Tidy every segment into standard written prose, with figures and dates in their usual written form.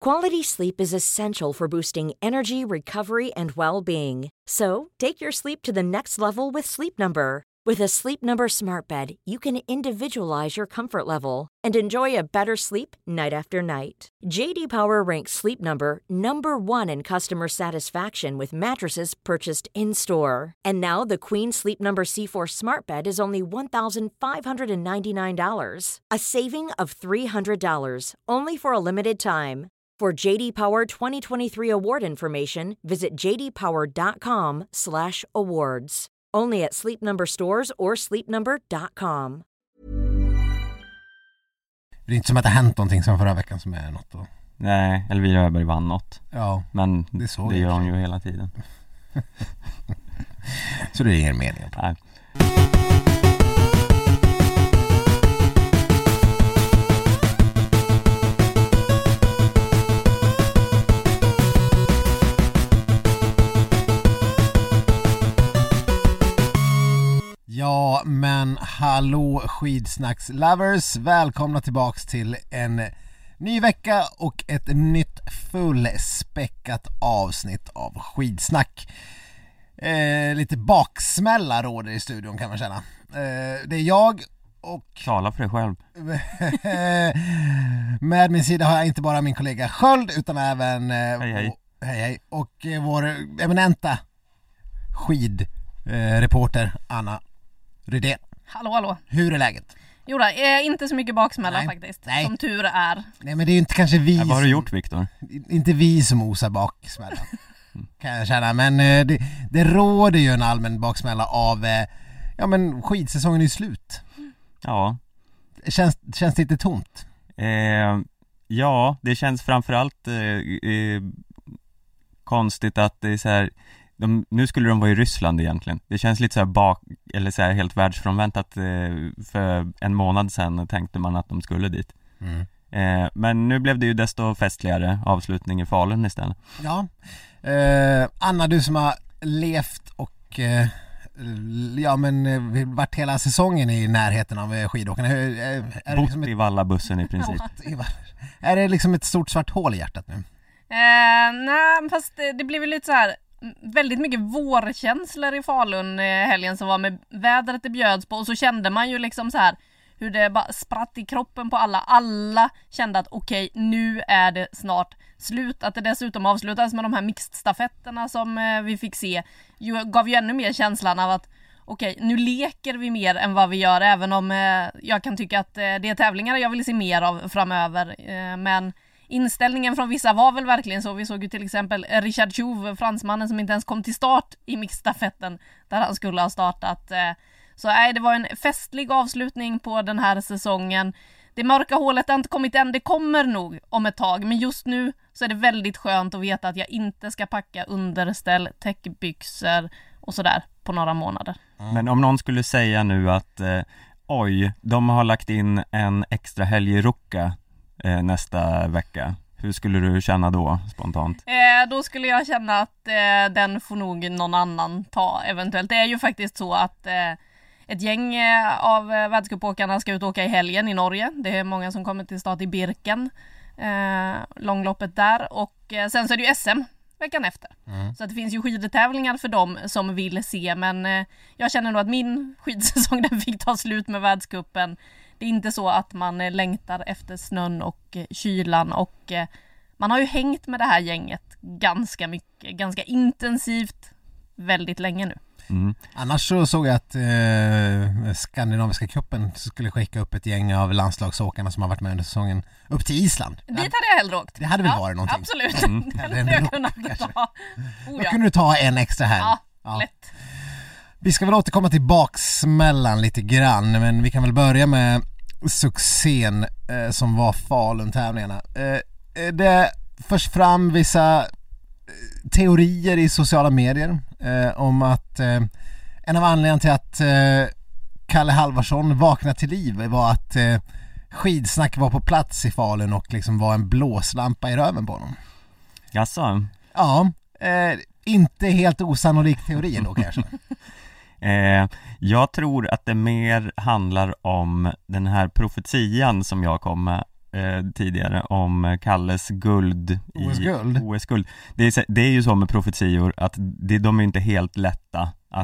Quality sleep is essential for boosting energy, recovery, and well-being. So, take your sleep to the next level with Sleep Number. With a Sleep Number smart bed, you can individualize your comfort level and enjoy a better sleep night after night. JD Power ranks Sleep Number #1 in customer satisfaction with mattresses purchased in-store. And now the Queen Sleep Number C4 smart bed is only $1,599, a saving of $300, only for a limited time. For JD Power 2023 award information, visit jdpower.com/awards. Only at Sleep Number stores or sleepnumber.com. Det är inte som att det har hänt någonting som förra veckan som är något då. Nej, Elvira Öberg vann något. Ja, men det gör hon ju hela tiden. Så det är ingen mening. Nej. Ja, men hallå skidsnacks-lovers. Välkomna tillbaks till en ny vecka och ett nytt fullspäckat avsnitt av Skidsnack. Lite baksmälla råder i studion kan man känna. Det är jag och... Tala för dig själv. Med min sida har jag inte bara min kollega Sköld utan även... Hej. Och vår eminenta skidreporter Anna Rydén. Hallå. Hur är läget? Jo då, inte så mycket baksmälla faktiskt. Nej. Som tur är. Nej, men det är ju inte kanske vi... Vad har du gjort, Viktor? Inte vi som osar baksmälla. Kan jag känna. Men det råder ju en allmän baksmälla av... ja, men skidsäsongen är slut. Ja. Känns det lite tomt? Ja, det känns framförallt konstigt att det är så här... Nu skulle de vara i Ryssland egentligen. Det känns lite så här eller så här helt världsfrånvänt att för en månad sedan tänkte man att de skulle dit. Men nu blev det ju desto festligare avslutning i Falun istället. Ja. Anna, du som har levt och varit hela säsongen i närheten av skidåkarna. Är bott liksom i Vallabussen i princip. Är det liksom ett stort svart hål i hjärtat nu? Nej, fast det blev ju lite så här väldigt mycket vårkänslor i Falun helgen som var med vädret det bjöds på, och så kände man ju liksom så här hur det bara spratt i kroppen på alla kände att okej, nu är det snart slut. Att det dessutom avslutades med de här mixed-stafetterna som vi fick se gav ju ännu mer känslan av att okej, nu leker vi mer än vad vi gör, även om jag kan tycka att det är tävlingar jag vill se mer av framöver, men inställningen från vissa var väl verkligen så. Vi såg ju till exempel Richard Chouve, fransmannen, som inte ens kom till start i mixstafetten där han skulle ha startat. Så det var en festlig avslutning på den här säsongen. Det mörka hålet har inte kommit än, det kommer nog om ett tag. Men just nu så är det väldigt skönt att veta att jag inte ska packa underställ, täckbyxor och sådär på några månader. Men om någon skulle säga nu att oj, de har lagt in en extra helg i Ruka nästa vecka. Hur skulle du känna då spontant? Då skulle jag känna att den får nog någon annan ta eventuellt. Det är ju faktiskt så att ett gäng av världscupåkarna ska ut och åka i helgen i Norge. Det är många som kommer till start i Birken, långloppet där. Och sen så är det ju SM veckan efter. Så att det finns ju skidtävlingar för dem som vill se. Men jag känner nog att min skidsäsong den fick ta slut med världscupen. Det är inte så att man längtar efter snön och kylan, och man har ju hängt med det här gänget ganska mycket, ganska intensivt, väldigt länge nu. Annars så såg jag att Skandinaviska cupen skulle skicka upp ett gäng av landslagsåkarna som har varit med under säsongen upp till Island. Dit hade jag hellre åkt. Det hade väl varit någonting. Absolut. Det hade jag kunnat ta. Då kunde du ta en extra här. Ja, lätt. Vi ska väl återkomma till baksmällan lite grann, men vi kan väl börja med succén som var Falun-tävlingarna. Det förs fram vissa teorier i sociala medier om att en av anledningarna till att Kalle Halvarsson vaknade till liv var att Skidsnack var på plats i Falun och liksom var en blåslampa i röven på honom. Jaså? Ja, inte helt osannolik teori då kanske. Jag tror att det mer handlar om den här profetian som jag kom med tidigare om Kalles guld i OS-guld. OS-guld. Det är ju så med profetior att de är inte helt lätta att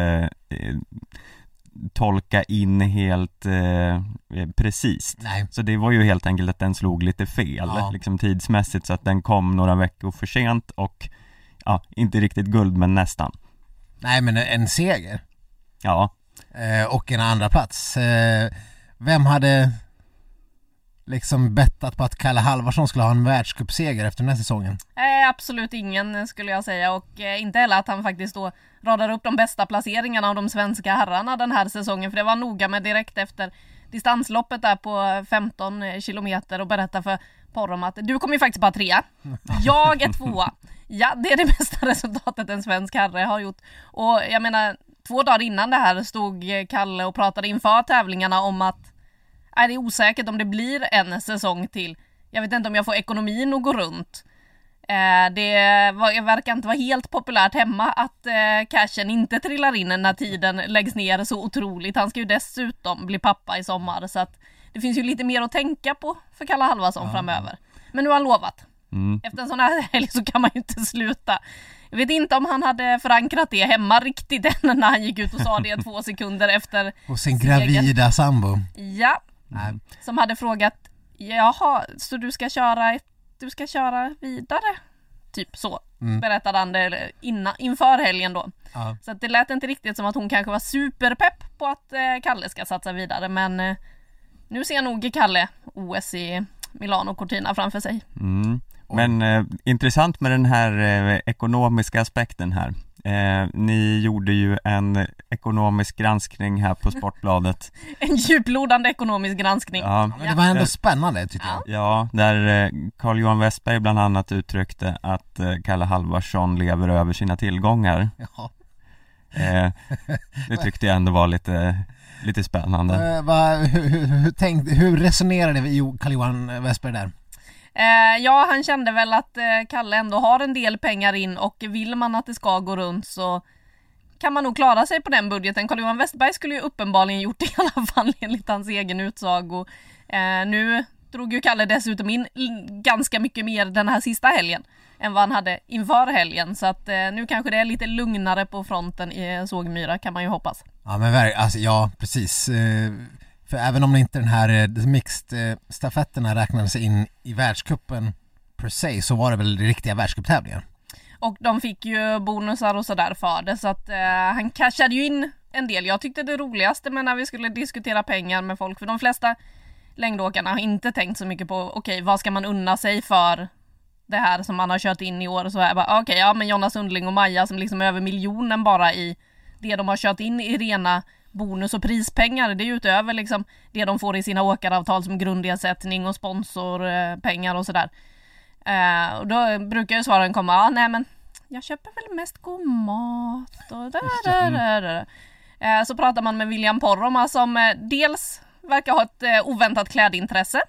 tolka in helt precis. Nej. Så det var ju helt enkelt att den slog lite fel liksom tidsmässigt, så att den kom några veckor för sent och inte riktigt guld men nästan. Nej, men en seger. Ja. Och en andra plats. Vem hade liksom bettat på att Kalle Halvarsson skulle ha en världscupseger efter den här säsongen? Absolut ingen skulle jag säga, och inte heller att han faktiskt då radar upp de bästa placeringarna av de svenska herrarna den här säsongen, för det var noga med direkt efter distansloppet där på 15 kilometer och berätta för Porrom att du kommer ju faktiskt bara 3. Jag är 2. Ja, det är det bästa resultatet en svensk herre har gjort. Och jag menar, 2 dagar innan det här stod Kalle och pratade inför tävlingarna om att det är osäkert om det blir en säsong till. Jag vet inte om jag får ekonomin att gå runt. Det verkar inte vara helt populärt hemma att cashen inte trillar in när tiden läggs ner så otroligt. Han ska ju dessutom bli pappa i sommar, så att det finns ju lite mer att tänka på för Kalle Halvarsson framöver. Men nu har han lovat. Efter en sån här helg så kan man ju inte sluta. Jag vet inte om han hade förankrat det hemma riktigt än när han gick ut och sa det 2 sekunder efter och sin gravida sambo. Ja. Som hade frågat, jaha, så du ska köra vidare? Typ så. Berättade han det inför helgen då. Så att det lät inte riktigt som att hon kanske var superpepp på att Kalle ska satsa vidare, men nu ser nog Kalle OS i Milano Cortina framför sig. Men intressant med den här ekonomiska aspekten här. Ni gjorde ju en ekonomisk granskning här på Sportbladet. En djuplodande ekonomisk granskning. Ja, men det var ändå spännande tycker jag. Ja, där Carl-Johan Westberg bland annat uttryckte att Kalle Halvarsson lever över sina tillgångar. Ja. Det tyckte jag ändå var lite spännande. Hur resonerade Carl-Johan Westberg där? Ja, han kände väl att Kalle ändå har en del pengar in, och vill man att det ska gå runt så kan man nog klara sig på den budgeten. Carl-Johan Westberg skulle ju uppenbarligen gjort det i alla fall enligt hans egen utsago. Nu drog ju Kalle dessutom in ganska mycket mer den här sista helgen än vad han hade inför helgen, så att nu kanske det är lite lugnare på fronten i Sågmyra, kan man ju hoppas. Ja, men alltså, ja, precis. För även om inte den här mixed stafetterna räknade sig in i världscupen per se, så var det väl riktiga världscuptävlingar. Och de fick ju bonusar och sådär för det, så att han cashade ju in en del. Jag tyckte det roligaste med när vi skulle diskutera pengar med folk, för de flesta längdåkarna har inte tänkt så mycket på okej, vad ska man unna sig för det här som man har kört in i år. Så är bara men Jonas Sundling och Maja som liksom är över miljonen bara i det de har kört in i rena bonus- och prispengar, det är utöver liksom det de får i sina åkaravtal som grundersättning och sponsorpengar och sådär. Och då brukar ju svaren komma, nej men jag köper väl mest god mat och så pratar man med William Porrom som dels verkar ha ett oväntat klädintresse.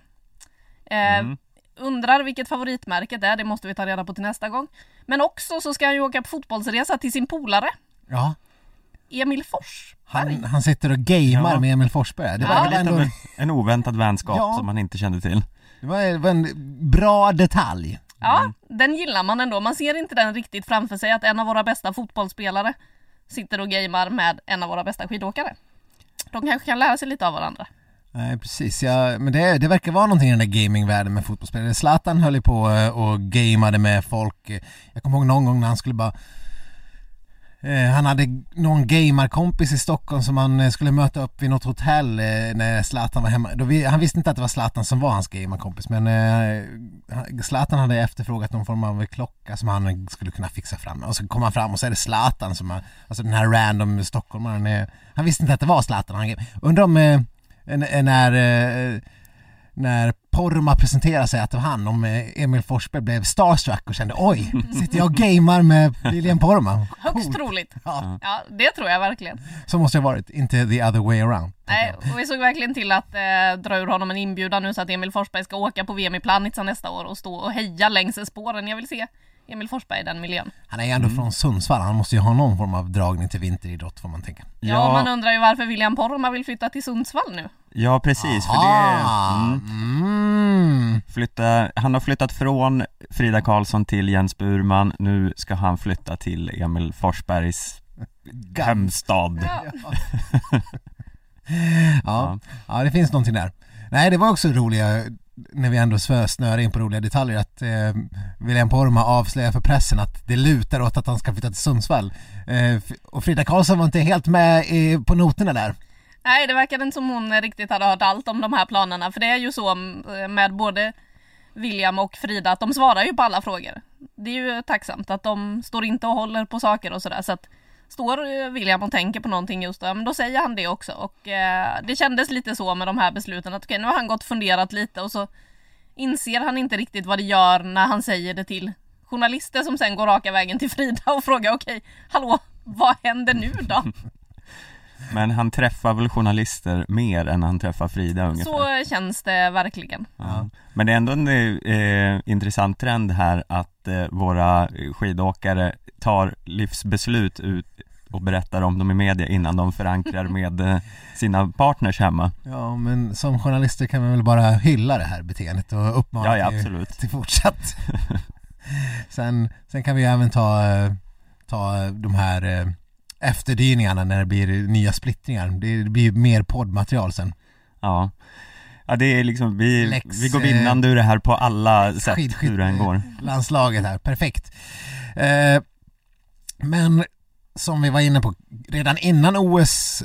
Undrar vilket favoritmärke det är, det måste vi ta reda på till nästa gång. Men också så ska han ju åka på fotbollsresa till sin polare. Ja. Emil Forsberg. Han sitter och gamer med Emil Forsberg. Det var ändå en oväntad vänskap som man inte kände till. Det var en bra detalj. Ja, den gillar man ändå. Man ser inte den riktigt framför sig, att en av våra bästa fotbollsspelare sitter och gamer med en av våra bästa skidåkare. De kanske kan lära sig lite av varandra. Nej, precis. Men det verkar vara någonting i den där gamingvärlden med fotbollsspelare. Zlatan höll ju på och gamade med folk. Jag kommer ihåg någon gång när han skulle bara... Han hade någon gamerkompis i Stockholm som han skulle möta upp vid något hotell när Zlatan var hemma. Han visste inte att det var Zlatan som var hans gamerkompis, men Zlatan hade efterfrågat någon form av klocka som han skulle kunna fixa fram. Och så kom han fram och så är det Zlatan som alltså den här random stockholmaren. Han visste inte att det var Zlatan. Undrar om när Porma presenterade sig att det var han, om Emil Forsberg blev starstruck och kände oj, sitter jag och gamer med William Porma. Högst troligt. Ja, det tror jag verkligen. Så måste det ha varit, inte the other way around. Nej, och vi såg verkligen till att dra ur honom en inbjudan nu så att Emil Forsberg ska åka på VM i Planica nästa år och stå och heja längs spåren. Jag vill se Emil Forsberg i den miljön. Han är ju ändå från Sundsvall, han måste ju ha någon form av dragning till vinteridrott, får man tänka. Ja, man undrar ju varför William Porma vill flytta till Sundsvall nu. Ja, precis, för det han har flyttat från Frida Karlsson till Jens Burman. Nu ska han flytta till Emil Forsbergs hemstad. Ja, det finns någonting där. Nej, det var också roliga, när vi ändå snöar in på roliga detaljer, att William Poromaa avslöjar för pressen att det lutar åt att han ska flytta till Sundsvall. Och Frida Karlsson var inte helt med på noterna där. Nej, det verkade inte som hon riktigt hade hört allt om de här planerna. För det är ju så med både William och Frida att de svarar ju på alla frågor. Det är ju tacksamt att de står inte och håller på saker och sådär. Så att står William och tänker på någonting just då, men då säger han det också. Och det kändes lite så med de här besluten att okej, nu har han gått och funderat lite och så inser han inte riktigt vad det gör när han säger det till journalister som sen går raka vägen till Frida och frågar okej, hallå, vad händer nu då? Men han träffar väl journalister mer än han träffar Frida ungefär. Så känns det verkligen. Ja. Men det är ändå en intressant trend här att våra skidåkare tar livsbeslut ut och berättar om dem i media innan de förankrar med sina partners hemma. Ja, men som journalister kan man väl bara hylla det här beteendet och uppmana till fortsatt. Sen kan vi även ta de här efterdyningarna när det blir nya splittringar. Det blir mer poddmaterial sen. Ja, det är liksom vi går vinnande ur det här på alla sätt, hur det går. Landslaget här, perfekt. Men som vi var inne på, redan innan OS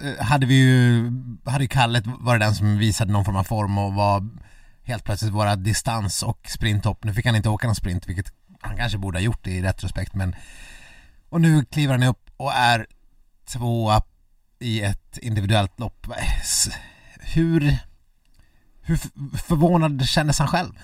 hade Kallet varit den som visade någon form av form och var helt plötsligt våra distans- och sprinttopp. Nu fick han inte åka någon sprint, vilket han kanske borde ha gjort i retrospekt, och nu kliver han upp och är 2 i ett individuellt lopp. Hur förvånad kändes han själv?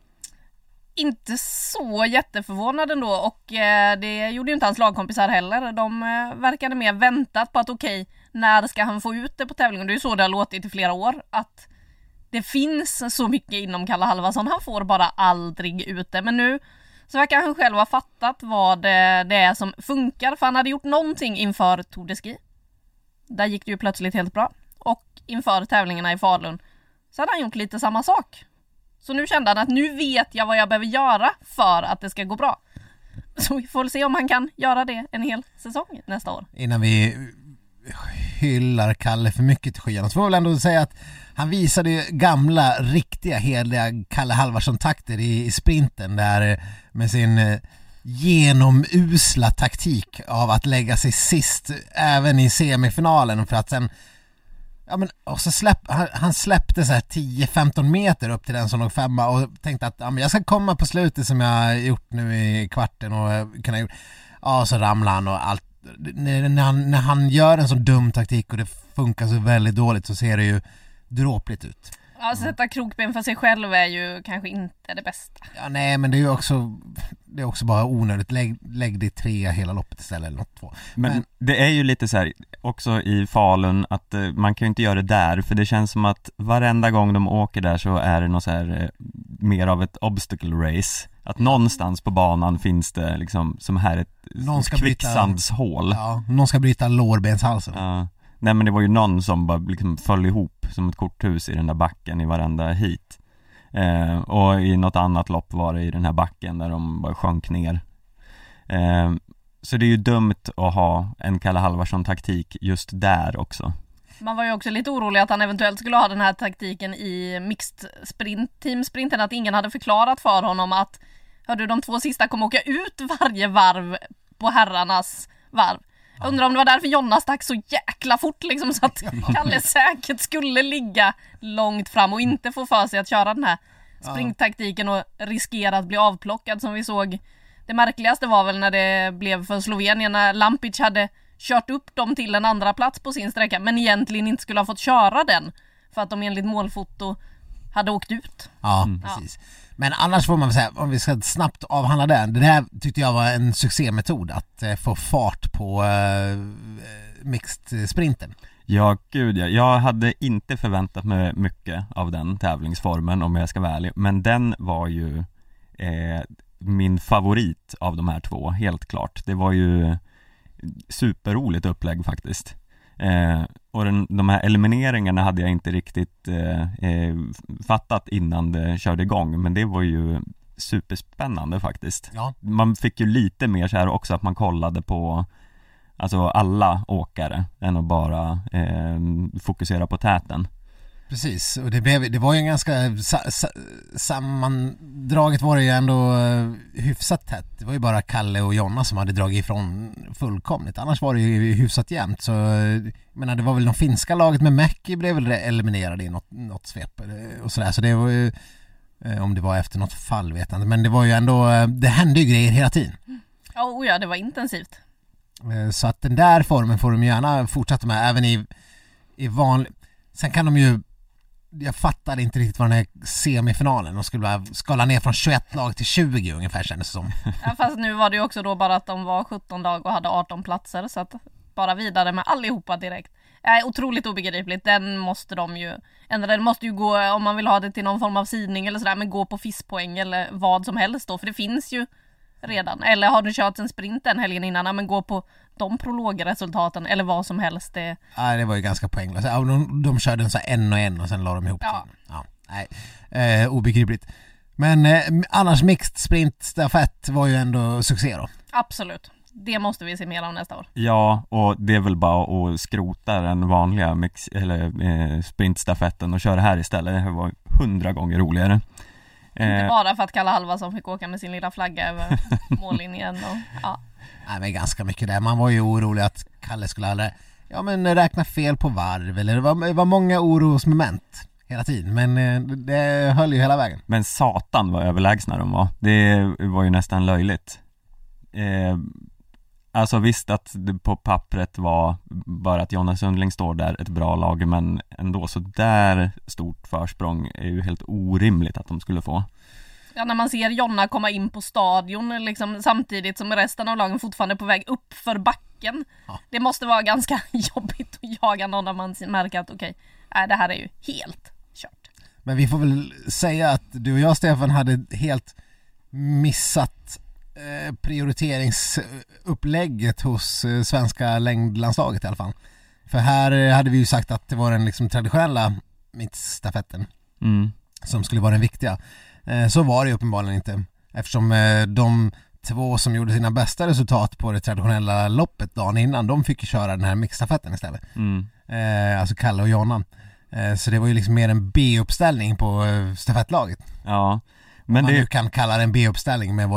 Inte så jätteförvånad ändå, och det gjorde ju inte hans lagkompisar heller. De verkade mer väntat på att okej, när ska han få ut det på tävlingen? Det är ju så det har låtit i flera år, att det finns så mycket inom Kalle Halvarsson, han får bara aldrig ut det. Men nu så verkar han själv ha fattat vad det är som funkar, för han hade gjort någonting inför Tour de Ski. Där gick det ju plötsligt helt bra. Och inför tävlingarna i Falun så hade han gjort lite samma sak. Så nu kände han att nu vet jag vad jag behöver göra för att det ska gå bra. Så vi får se om han kan göra det en hel säsong nästa år. Innan vi hyllar Kalle för mycket till skyarna så får jag väl ändå säga att han visade gamla, riktiga, heliga Kalle Halvarsson-takter i sprinten där med sin genomusla taktik av att lägga sig sist även i semifinalen för att sen och så han släppte så här 10-15 meter upp till den som låg 5 och tänkte att jag ska komma på slutet som jag gjort nu i kvarten och kunna gjort. Ja, så ramlar han och allt. När han gör en så dum taktik och det funkar så väldigt dåligt så ser det ju dråpligt ut. Ja, sätta krokben för sig själv är ju kanske inte det bästa. Ja, nej, men det är ju också bara onödigt. Lägg det 3 hela loppet istället eller något 2. Men det är ju lite så här också i Falun att man kan ju inte göra det där, för det känns som att varenda gång de åker där så är det något så här mer av ett obstacle race. Att någonstans på banan finns det liksom som här ett kvicksandshål. Ja, någon ska bryta lårbenshalsen. Ja. Nej, men det var ju någon som bara liksom föll ihop som ett korthus i den där backen i varenda hit. Och i något annat lopp var det i den här backen där de bara sjönk ner. Så det är ju dumt att ha en Kalle Halvarsson-taktik just där också. Man var ju också lite orolig att han eventuellt skulle ha den här taktiken i mixed sprint, teamsprinten, att ingen hade förklarat för honom att de 2 sista kommer åka ut varje varv på herrarnas varv. Jag undrar om det var därför Jonna stack så jäkla fort liksom, så att Kalle säkert skulle ligga långt fram och inte få för sig att köra den här springtaktiken och riskera att bli avplockad som vi såg. Det märkligaste var väl när det blev för Slovenien när Lampic hade kört upp dem till en andra plats på sin sträcka men egentligen inte skulle ha fått köra den för att de enligt målfoto hade åkt ut. Ja, precis. Men annars får man väl säga, om vi ska snabbt avhandla det där tyckte jag var en succémetod att få fart på mixed sprinten. Ja, gud ja. Jag hade inte förväntat mig mycket av den tävlingsformen om jag ska vara ärlig, men den var ju min favorit av de här 2, helt klart. Det var ju superroligt upplägg faktiskt. Och de här elimineringarna hade jag inte riktigt fattat innan det körde igång, men det var ju superspännande faktiskt. Ja. Man fick ju lite mer så här också, att man kollade på alltså alla åkare än att bara fokusera på täten. Precis, och det var ju en ganska sammandraget var det ju ändå hyfsat tätt. Det var ju bara Kalle och Jonna som hade dragit ifrån fullkomligt. Annars var det ju hyfsat jämnt. Så jag menar, det var väl de finska laget med Mäki blev väl eliminerade i något svep och sådär. Så det var ju, om det var efter något fall vet jag inte. Men det var ju ändå, det hände ju grejer hela tiden. Ja, det var intensivt. Så att den där formen får de gärna fortsätta med även i vanlig. Sen kan de ju, jag fattade inte riktigt vad den här semifinalen, de skulle bara skala ner från 21 lag till 20 ungefär, kändes det som. Ja, fast nu var det ju också då bara att de var 17 lag och hade 18 platser, så att bara vidare med allihopa direkt. Otroligt obegripligt. Den måste de ju ändra. Den måste ju gå, om man vill ha det till någon form av sidning eller sådär, men gå på FIS-poäng eller vad som helst då, för det finns ju redan. Eller har du kört en sprint den helgen innan, men gå på de prologresultaten eller vad som helst. Det var ju ganska poänglöst. De körde en så en och sen la de ihop obegripligt. Men annars mixed sprint stafett var ju ändå succé då. Absolut. Det måste vi se mer av nästa år. Ja, och det är väl bara att skrota den vanliga sprintstafetten och köra här istället. Det här var 100 gånger roligare. Inte bara för att Kalle Halva som fick åka med sin lilla flagga över mållinjen och, ja. Nej, men ganska mycket där. Man var ju orolig att Kalle skulle aldrig räkna fel på varv, eller det var många orosmoment hela tiden, men det höll ju hela vägen. Men satan var överlägsna de var. Det var ju nästan löjligt. Alltså visst att det på pappret var bara att Jonas Sundling står där ett bra lag, men ändå så där stort försprång är ju helt orimligt att de skulle få. Ja, när man ser Jonna komma in på stadion liksom, samtidigt som resten av lagen fortfarande är på väg upp för backen. Ja. Det måste vara ganska jobbigt att jaga någon när man märker att det här är ju helt kört. Men vi får väl säga att du och jag, Stefan, hade helt missat prioriteringsupplägget hos svenska längdlandslaget i alla fall. För här hade vi ju sagt att det var den liksom traditionella mittstafetten som skulle vara den viktiga. Så var det uppenbarligen inte, eftersom de två som gjorde sina bästa resultat på det traditionella loppet dagen innan, de fick köra den här mixstafetten istället. Alltså Kalle och Jonna. Så det var ju liksom mer en B-uppställning på stafettlaget. Ja, men man nu kan kalla det en B-uppställning med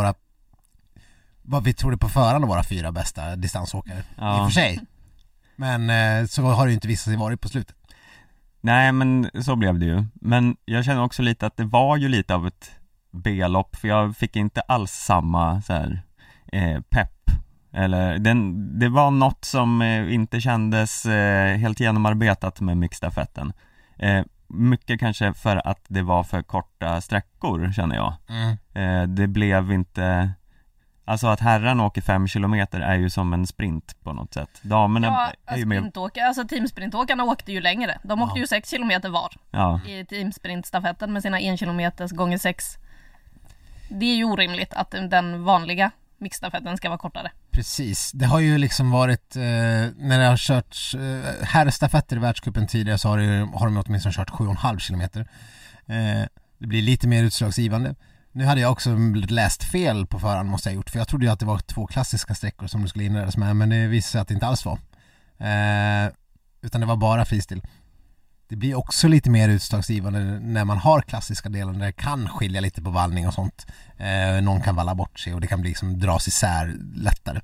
vad vi trodde på förhand våra 4 bästa distansåkare i och för sig. Men så har det ju inte visat sig varit på slutet. Nej, men så blev det ju. Men jag känner också lite att det var ju lite av ett B-lopp, för jag fick inte alls samma så här, pepp. Eller det var något som inte kändes helt genomarbetat med mixstafetten. Mycket kanske för att det var för korta sträckor, känner jag. Det blev inte... Alltså att herran åker 5 kilometer är ju som en sprint på något sätt. Damerna är ju med... Alltså teamsprintåkarna åkte ju längre. De åkte ju 6 kilometer var i teamsprintstafetten med sina 1 kilometers gånger 6. Det är ju orimligt att den vanliga mixstafetten ska vara kortare. Precis. Det har ju liksom varit när det har körts herrstafetter i världscupen tidigare, så har de åtminstone kört 7,5 kilometer. Det blir lite mer utslagsgivande. Nu hade jag också läst fel på förhand, måste jag ha gjort, för jag trodde ju att det var 2 klassiska sträckor som det skulle inredas med, men det visade sig att det inte alls var. Utan det var bara freestyle. Det blir också lite mer utslagsgivande när man har klassiska delen där det kan skilja lite på vallning och sånt. Någon kan valla bort sig och det kan bli liksom dras isär lättare.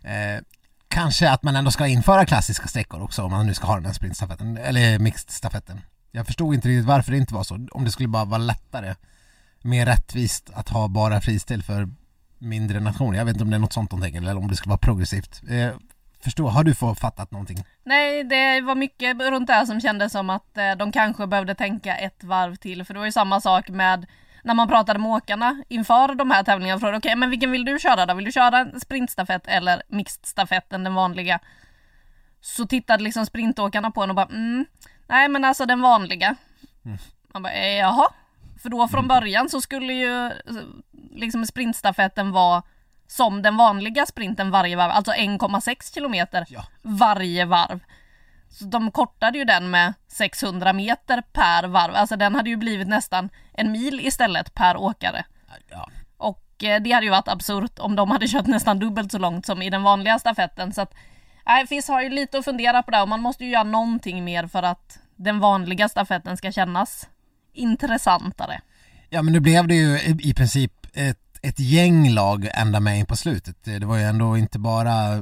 Kanske att man ändå ska införa klassiska sträckor också om man nu ska ha den här sprintstafetten eller mixed-stafetten. Jag förstod inte riktigt varför det inte var så. Om det skulle bara vara lättare, mer rättvist att ha bara freestyle för mindre nationer. Jag vet inte om det är något sånt de tänker, eller om det ska vara progressivt. Har du fattat någonting? Nej, det var mycket runt det här som kändes som att de kanske behövde tänka ett varv till. För det var ju samma sak med när man pratade med åkarna inför de här tävlingarna. Och frågade, men vilken vill du köra då? Vill du köra en sprintstafett eller mixed-stafetten, den vanliga? Så tittade liksom sprintåkarna på en och bara, nej men alltså den vanliga. Man bara, jaha. För då från början så skulle ju liksom sprintstafetten vara som den vanliga sprinten varje varv. Alltså 1,6 kilometer varje varv. Så de kortade ju den med 600 meter per varv. Alltså den hade ju blivit nästan en mil istället per åkare. Ja. Och det hade ju varit absurt om de hade kört nästan dubbelt så långt som i den vanliga stafetten. Så att FIS har ju lite att fundera på det och man måste ju göra någonting mer för att den vanliga stafetten ska kännas intressantare. Ja, men nu blev det ju i princip ett gäng lag ända med in på slutet. Det var ju ändå inte bara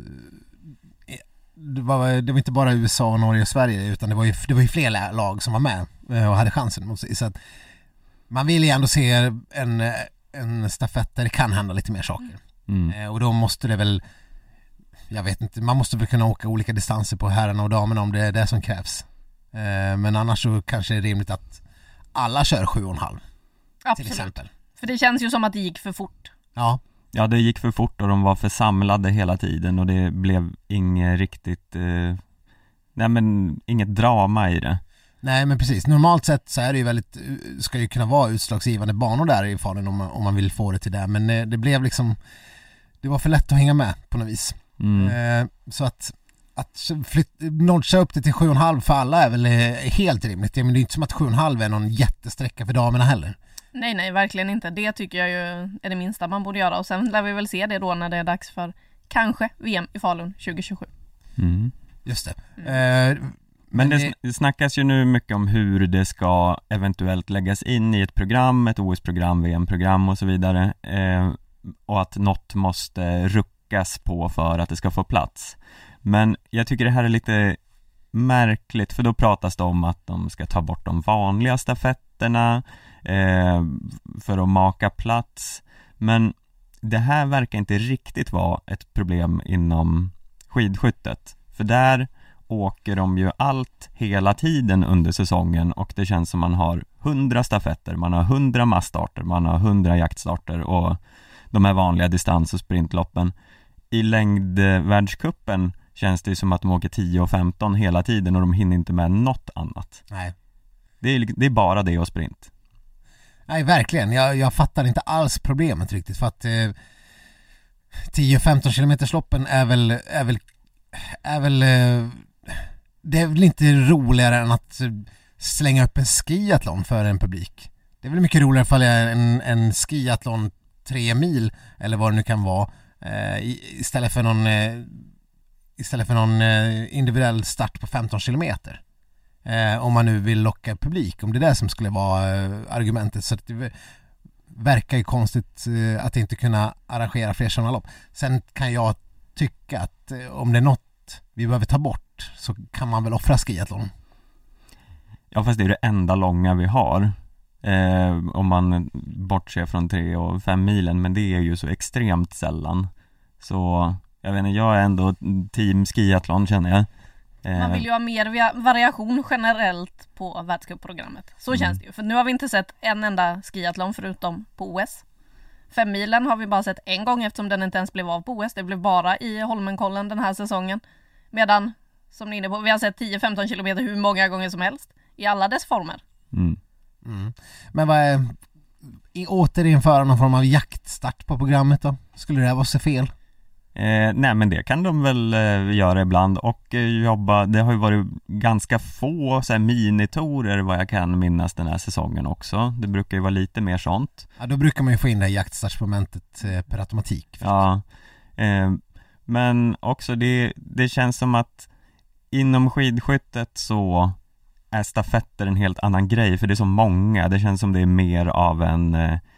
det var inte bara USA, Norge och Sverige, utan det var ju fler lag som var med och hade chansen mot sig. Så att man vill ju ändå se en stafett där det kan hända lite mer saker. Och då måste det väl, jag vet inte, man måste väl kunna åka olika distanser på herrarna och damerna om det är det som krävs. Men annars så kanske det är rimligt att alla kör 7,5 till exempel. För det känns ju som att det gick för fort. Ja, det gick för fort och de var för samlade hela tiden och det blev inget riktigt inget drama i det. Nej, men precis. Normalt sett så är det ju ska ju kunna vara utslagsgivande banor där i Falun om man vill få det till det. Men det blev liksom, det var för lätt att hänga med på något vis. Så att notcha upp det till 7,5 för alla är väl helt rimligt. Men det är inte som att 7,5 är någon jättesträcka för damerna heller. Nej, verkligen inte. Det tycker jag ju är det minsta man borde göra. Och sen lär vi väl se det då när det är dags för kanske VM i Falun 2027. Just det. Men det snackas ju nu mycket om hur det ska eventuellt läggas in i ett program, ett OS-program, VM-program och så vidare. Och att något måste ruckas på för att det ska få plats. Men jag tycker det här är lite märkligt, för då pratas det om att de ska ta bort de vanliga stafetterna för att maka plats. Men det här verkar inte riktigt vara ett problem inom skidskyttet. För där åker de ju allt hela tiden under säsongen och det känns som man har 100 stafetter, man har 100 massstarter, man har 100 jaktstarter och de här vanliga distans- och sprintloppen. I längdvärldscupen känns det som att de åker 10 och 15 hela tiden och de hinner inte med något annat. Nej. Det är bara det och sprint. Nej, verkligen. Jag fattar inte alls problemet riktigt, för att 10-15 kilometersloppen är väl det är väl inte roligare än att slänga upp en skiathlon för en publik. Det är väl mycket roligare att följa en skiathlon 3 mil eller vad det nu kan vara istället för någon individuell start på 15 kilometer. Om man nu vill locka publik, om det är det som skulle vara argumentet. Så att det verkar ju konstigt att inte kunna arrangera fler sådana lopp. Sen kan jag tycka att om det är något vi behöver ta bort så kan man väl offra skiathlon. Ja, fast det är det enda långa vi har. Om man bortser från 3 och 5 milen, men det är ju så extremt sällan. Så jag vet inte, jag är ändå team skiathlon, känner jag. Man vill ju ha mer variation generellt på världscupprogrammet. Så känns det ju. För nu har vi inte sett en enda skiathlon förutom på OS. 5 milen har vi bara sett en gång eftersom den inte ens blev av på OS. Det blev bara i Holmenkollen den här säsongen. Medan, som ni är inne på, vi har sett 10-15 kilometer hur många gånger som helst. I alla dess former. Men vad är återinföra någon form av jaktstart på programmet då? Skulle det vara så fel? Nej, men det kan de väl göra ibland och jobba. Det har ju varit ganska få så här minitorer vad jag kan minnas den här säsongen också. Det brukar ju vara lite mer sånt. Ja, då brukar man ju få in det jaktstartsmomentet per automatik. Ja, men också det känns som att inom skidskyttet så är stafetter en helt annan grej, för det är så många. Det känns som det är mer av en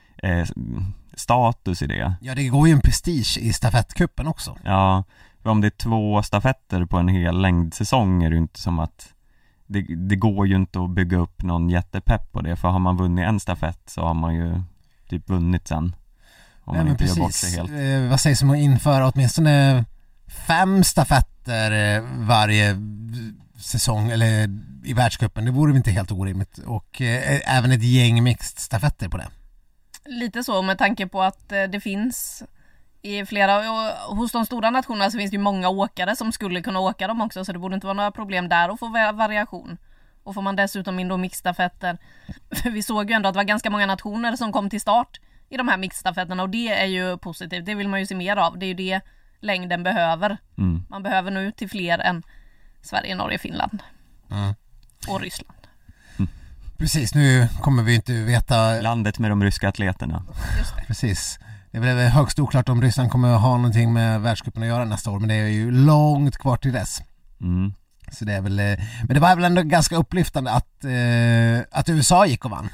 status i det. Ja, det går ju en prestige i stafettkuppen också. Ja, för om det är 2 stafetter på en hel längdsäsong är det ju inte som att det går ju inte att bygga upp någon jättepepp på det, för har man vunnit en stafett så har man ju typ vunnit sen. Om man inte gör bort sig helt. Vad sägs om att införa åtminstone 5 stafetter varje säsong eller i världscupen? Det vore inte helt orimligt. Och även ett gäng mixed stafetter på det. Lite så, med tanke på att det finns i flera, hos de stora nationerna så finns det ju många åkare som skulle kunna åka dem också, så det borde inte vara några problem där att få variation. Och får man dessutom in då mixstafetter, vi såg ju ändå att det var ganska många nationer som kom till start i de här mixstafetterna, och det är ju positivt, det vill man ju se mer av, det är ju det längden behöver. Man behöver nu till fler än Sverige, Norge, Finland och Ryssland. Precis, nu kommer vi inte veta Landet med de ryska atleterna. Just det. precis. Det är väl högst oklart om Ryssland kommer att ha någonting med världscupen att göra nästa år, men det är ju långt kvar till dess. Så det är väl, men det var väl ändå ganska upplyftande att USA gick och vann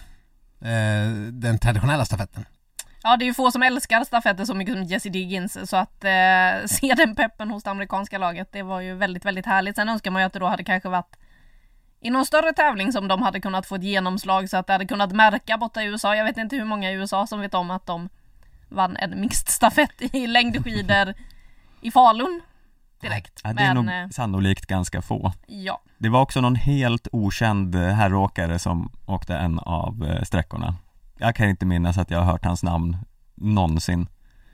den traditionella stafetten. Ja, det är ju få som älskar stafetter så mycket som Jessie Diggins, så att se den peppen hos det amerikanska laget, det var ju väldigt, väldigt härligt. Sen önskar man ju att det då hade kanske varit i någon större tävling som de hade kunnat få ett genomslag så att det hade kunnat märka borta i USA. Jag vet inte hur många i USA som vet om att de vann en mixed stafett i längdskidor i Falun direkt. Ja, det är nog sannolikt ganska få. Ja. Det var också någon helt okänd herråkare som åkte en av sträckorna. Jag kan inte minnas att jag har hört hans namn någonsin.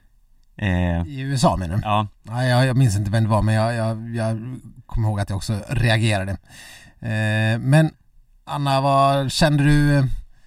I USA menar du? Ja. Nej, jag minns inte vem det var, men jag kommer ihåg att jag också reagerade. Men Anna, vad kände du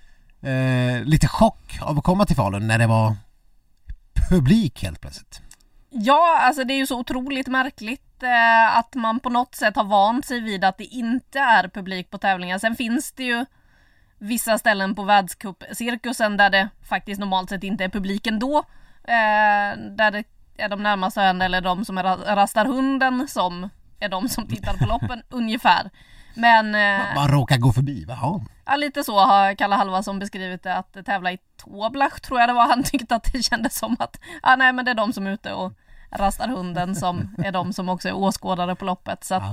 lite chock av att komma till Falun när det var publik helt plötsligt? Ja, alltså det är ju så otroligt märkligt att man på något sätt har vant sig vid att det inte är publik på tävlingar. Sen finns det ju vissa ställen på världscupcirkusen där det faktiskt normalt sett inte är publiken då. Där det är de närmaste öarna eller de som rastar hunden som är de som tittar på loppen ungefär. Men man råkar gå förbi, va? Ja, lite så har Kalle Halvarsson beskrivit det, att tävla i Toblach tror jag det var. Han tyckte att det kändes som att nej, men det är de som är ute och rastar hunden som är de som också är åskådare på loppet. Så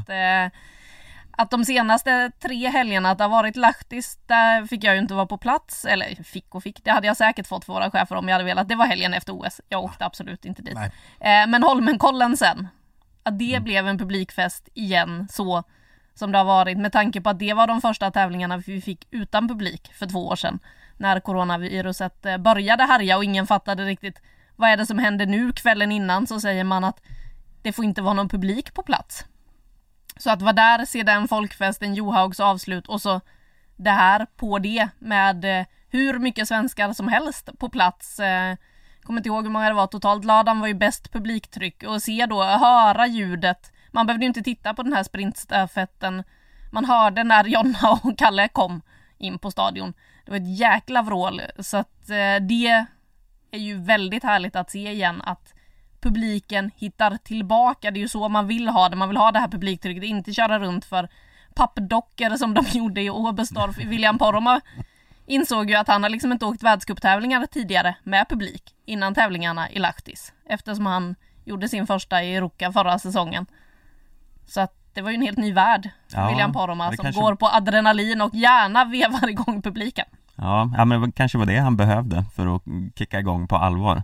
att de senaste 3 helgerna att det har varit Lahtis, där fick jag ju inte vara på plats. Eller fick, det hade jag säkert fått för våra chefer om jag hade velat. Det var helgen efter OS, jag åkte absolut inte dit. Men Holmenkollen sen, att det blev en publikfest igen så som det har varit, med tanke på att det var de första tävlingarna vi fick utan publik för 2 år sedan när coronaviruset började härja och ingen fattade riktigt vad är det som händer nu. Kvällen innan så säger man att det får inte vara någon publik på plats. Så att vara där, se den folkfesten, Johaugs avslut och så det här på det med hur mycket svenskar som helst på plats. Kommer inte ihåg hur många det var totalt. Ladan var ju bäst publiktryck och se då, höra ljudet. Man behövde ju inte titta på den här sprintstafetten. Man hörde när Jonna och Kalle kom in på stadion. Det var ett jäkla vrål. Så att det är ju väldigt härligt att se igen att publiken hittar tillbaka. Det är ju så man vill ha det. Man vill ha det här publiktrycket. Inte köra runt för pappdockor som de gjorde i Oberstdorf. William Poromaa insåg ju att han har liksom inte åkt världscuptävlingar tidigare med publik innan tävlingarna i Lahtis. Eftersom han gjorde sin första i Ruka förra säsongen. Så att det var ju en helt ny värld för William Poromaa som går på adrenalin och gärna vevar igång publiken. Ja, men det kanske var det han behövde för att kicka igång på allvar.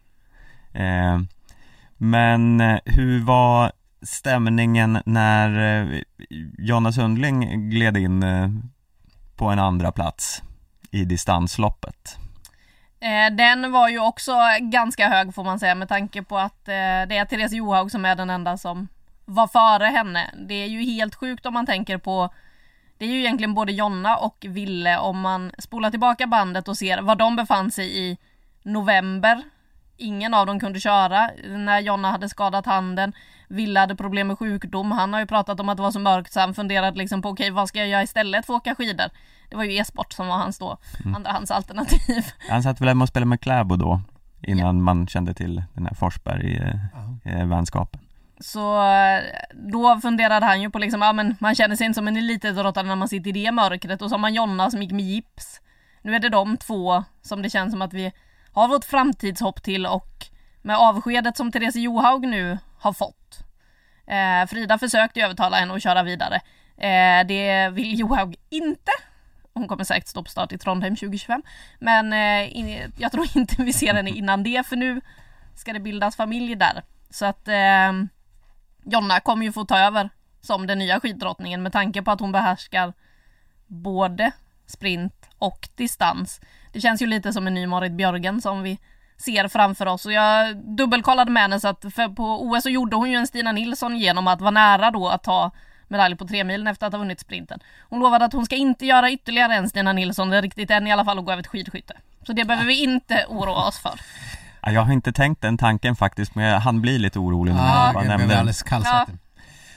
Men hur var stämningen när Jonna Sundling gled in på en andra plats i distansloppet? Den var ju också ganska hög får man säga, med tanke på att det är Therese Johaug som är den enda som var före henne. Det är ju helt sjukt om man tänker på, det är ju egentligen både Jonna och Ville, om man spolar tillbaka bandet och ser var de befann sig i november. Ingen av dem kunde köra när Jonna hade skadat handen. Ville hade problem med sjukdom. Han har ju pratat om att det var så mörkt så han funderade liksom på okej, vad ska jag göra istället för att åka skidor? Det var ju e-sport som var hans då, hans alternativ. Han satt väl hemma och spelade med Kläbo då innan man kände till den här Forsberg-vänskapen. Så då funderade han ju på liksom, men man känner sig inte som en elitidrottare när man sitter i det mörkret. Och så har man Jonna som gick med gips. Nu är det de 2 som det känns som att vi har vårt framtidshopp till, och med avskedet som Therese Johaug nu har fått. Frida försökte övertala henne att köra vidare. Det vill Johaug inte. Hon kommer säkert stå på start i Trondheim 2025. Men jag tror inte vi ser henne innan det, för nu ska det bildas familj där. Så att Jonna kommer ju få ta över som den nya skiddrottningen, med tanke på att hon behärskar både sprint och distans. Det känns ju lite som en ny Marit Björgen som vi ser framför oss. Och jag dubbelkollade med henne, så att på OS så gjorde hon ju en Stina Nilsson genom att vara nära då att ta medalj på 3 milen efter att ha vunnit sprinten. Hon lovade att hon ska inte göra ytterligare en Stina Nilsson, det är riktigt än i alla fall, att gå över ett skidskytte. Så det behöver vi inte oroa oss för. Jag har inte tänkt den tanken faktiskt, men han blir lite orolig. Det blev alldeles kallsvettig.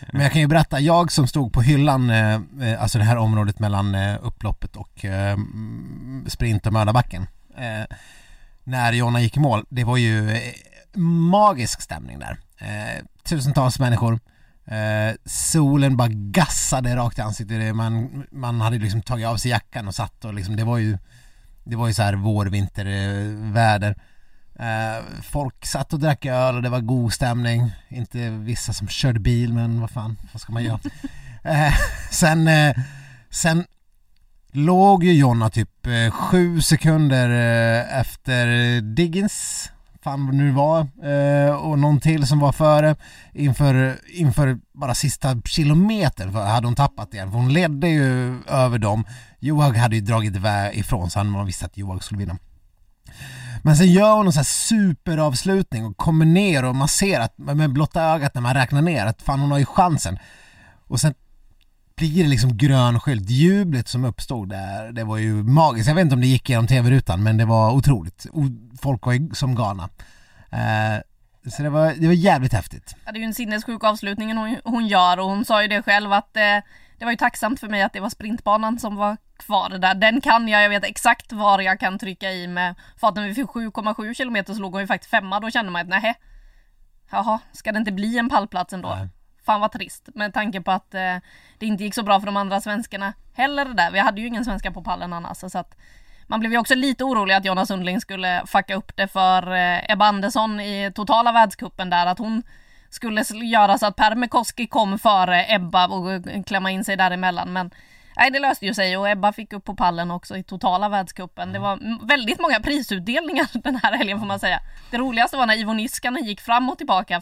Men jag kan ju berätta, jag som stod på hyllan, alltså det här området mellan upploppet och sprint och Mördarbacken, när Jonna gick i mål, det var ju magisk stämning där. Tusentals människor, solen bara gassade rakt i ansiktet. Man hade liksom tagit av sig jackan och satt och liksom, det var ju så här vår-vinterväder. Folk satt och drack öl och det var god stämning. Inte vissa som körde bil, men vad ska man göra? Sen låg ju Jonna typ 7 sekunder efter Diggins, fan vad nu var, och någon till som var före inför bara sista kilometern, för hade hon tappat igen, för hon ledde ju över dem. Johaug hade ju dragit iväg ifrån, så man visste att Johaug skulle vinna. Men sen gör hon en sån här superavslutning och kommer ner och man ser att med blotta ögat när man räknar ner att fan, hon har ju chansen. Och sen blir det liksom grön skylt. Jublet som uppstod där, det var ju magiskt. Jag vet inte om det gick genom tv-rutan, men det var otroligt. Folk var ju som galna. Så det var jävligt häftigt. Ja, det är ju en sinnessjuk avslutning hon gör, och hon sa ju det själv att det var ju tacksamt för mig att det var sprintbanan som var kvar där. Den kan jag vet exakt var jag kan trycka i med. För att när vi fick 7,7 kilometer så låg hon ju faktiskt 5. Då kände man att jaha, ska det inte bli en pallplats ändå? Nej. Fan vad trist, med tanke på att det inte gick så bra för de andra svenskarna heller där. Vi hade ju ingen svenska på pallen annars, så att man blev ju också lite orolig att Jonna Sundling skulle fucka upp det för Ebba Andersson i totala världscupen där, att hon skulle göra så att Per Mekoski kom före Ebba och klämma in sig däremellan. Men nej, det löste ju sig och Ebba fick upp på pallen också i totala världscupen. Det var väldigt många prisutdelningar den här helgen, får man säga. Det roligaste var när Ivo Niskanen gick fram och tillbaka.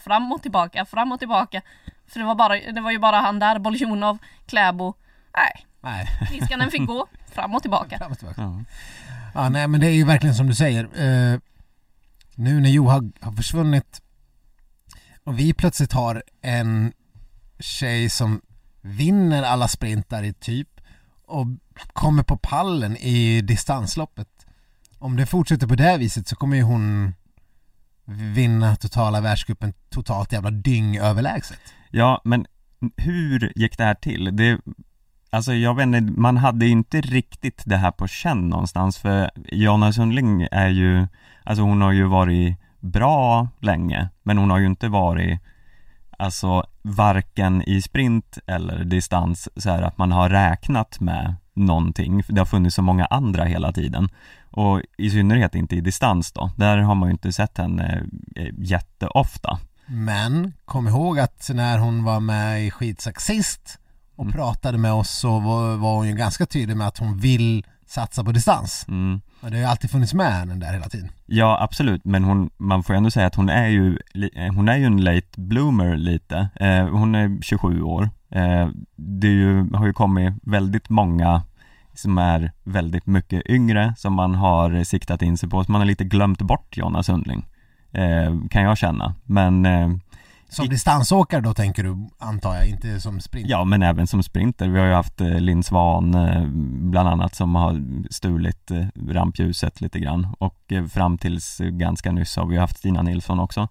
För det var ju bara han där, Bolsjunov, Kläbo. Nej. Niskanen fick gå fram och tillbaka. Ja, nej, men det är ju verkligen som du säger. Nu när Johaug har försvunnit och vi plötsligt har en tjej som vinner alla sprintar i typ och kommer på pallen i distansloppet. Om det fortsätter på det viset så kommer ju hon vinna totala världscupen totalt jävla överlägset. Ja, men hur gick det här till? Alltså jag vet inte, man hade inte riktigt det här på känn någonstans, för Jonna Sundling är ju, alltså hon har ju varit bra länge, men hon har ju inte varit, alltså varken i sprint eller distans så här att man har räknat med någonting. Det har funnits så många andra hela tiden, och i synnerhet inte i distans då. Där har man ju inte sett henne jätteofta. Men kom ihåg att när hon var med i Skidsack sist och pratade med oss, så var hon ju ganska tydlig med att hon vill satsa på distans. Och det har ju alltid funnits med henne där hela tiden. Ja, absolut, men man får ändå säga att hon är ju en late bloomer lite. Hon är 27 år. Har ju kommit väldigt många som är väldigt mycket yngre som man har siktat in sig på, så man har lite glömt bort Jonna Sundling, kan jag känna. Men som distansåkare då tänker du, antar jag, inte som sprinter? Ja, men även som sprinter. Vi har ju haft Linn Svan bland annat som har stulit rampljuset lite grann, och fram tills ganska nyss har vi haft Stina Nilsson också.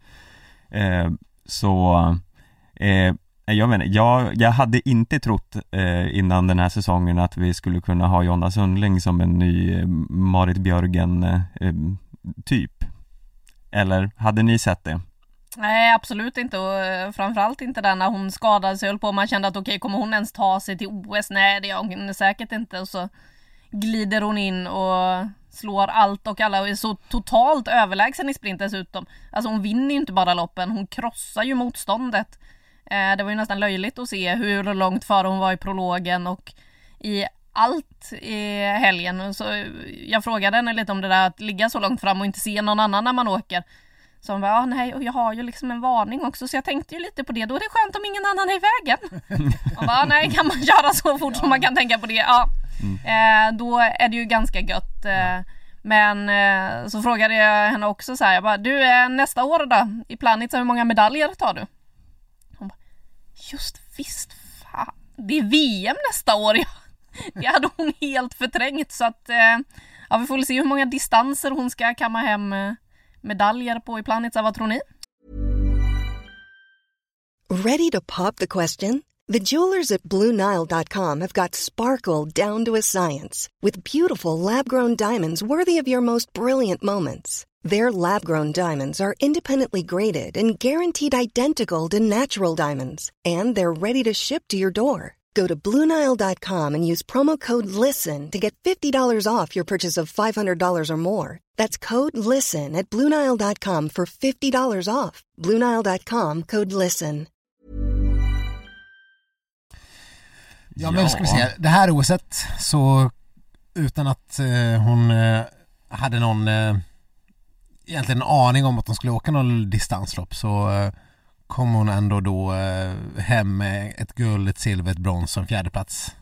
Jag menar, jag hade inte trott innan den här säsongen att vi skulle kunna ha Jonna Sundling som en ny Marit Björgen typ. Eller hade ni sett det? Nej, absolut inte, och framförallt inte där när hon skadade sig, höll på, man kände att okej, kommer hon ens ta sig till OS? Nej, det gör hon säkert inte, och så glider hon in och slår allt och alla och är så totalt överlägsen i sprint dessutom. Alltså hon vinner ju inte bara loppen, hon krossar ju motståndet. Det var ju nästan löjligt att se hur långt före hon var i prologen och i allt i helgen. Så jag frågade henne lite om det där att ligga så långt fram och inte se någon annan när man åker. Så hon bara, nej, och jag har ju liksom en varning också, så jag tänkte ju lite på det. Då är det skönt om ingen annan är i vägen. Och bara, nej, kan man köra så fort som man kan tänka på det? Ja, då är det ju ganska gött. Men så frågade jag henne också så här, jag bara, du, nästa år då, i Planitza, hur många medaljer tar du? Hon bara, just visst, fan, det är VM nästa år. Det hade hon helt förträngt, så att ja, vi får väl se hur många distanser hon ska kamma hem medaljer på i Planitza. Vad tror ni? Ready to pop the question? The jewelers at BlueNile.com have got sparkle down to a science with beautiful lab-grown diamonds worthy of your most brilliant moments. Their lab-grown diamonds are independently graded and guaranteed identical to natural diamonds, and they're ready to ship to your door. Go to BlueNile.com and use promo code LISTEN to get $50 off your purchase of $500 or more. That's code LISTEN at BlueNile.com for $50 off. BlueNile.com, code LISTEN. Ja, men ska vi se. Det här OSet, så utan att hon hade någon egentligen en aning om att de skulle åka någon distanslopp, så kom hon ändå då hem med ett guld, ett silver, ett brons som fjärde plats.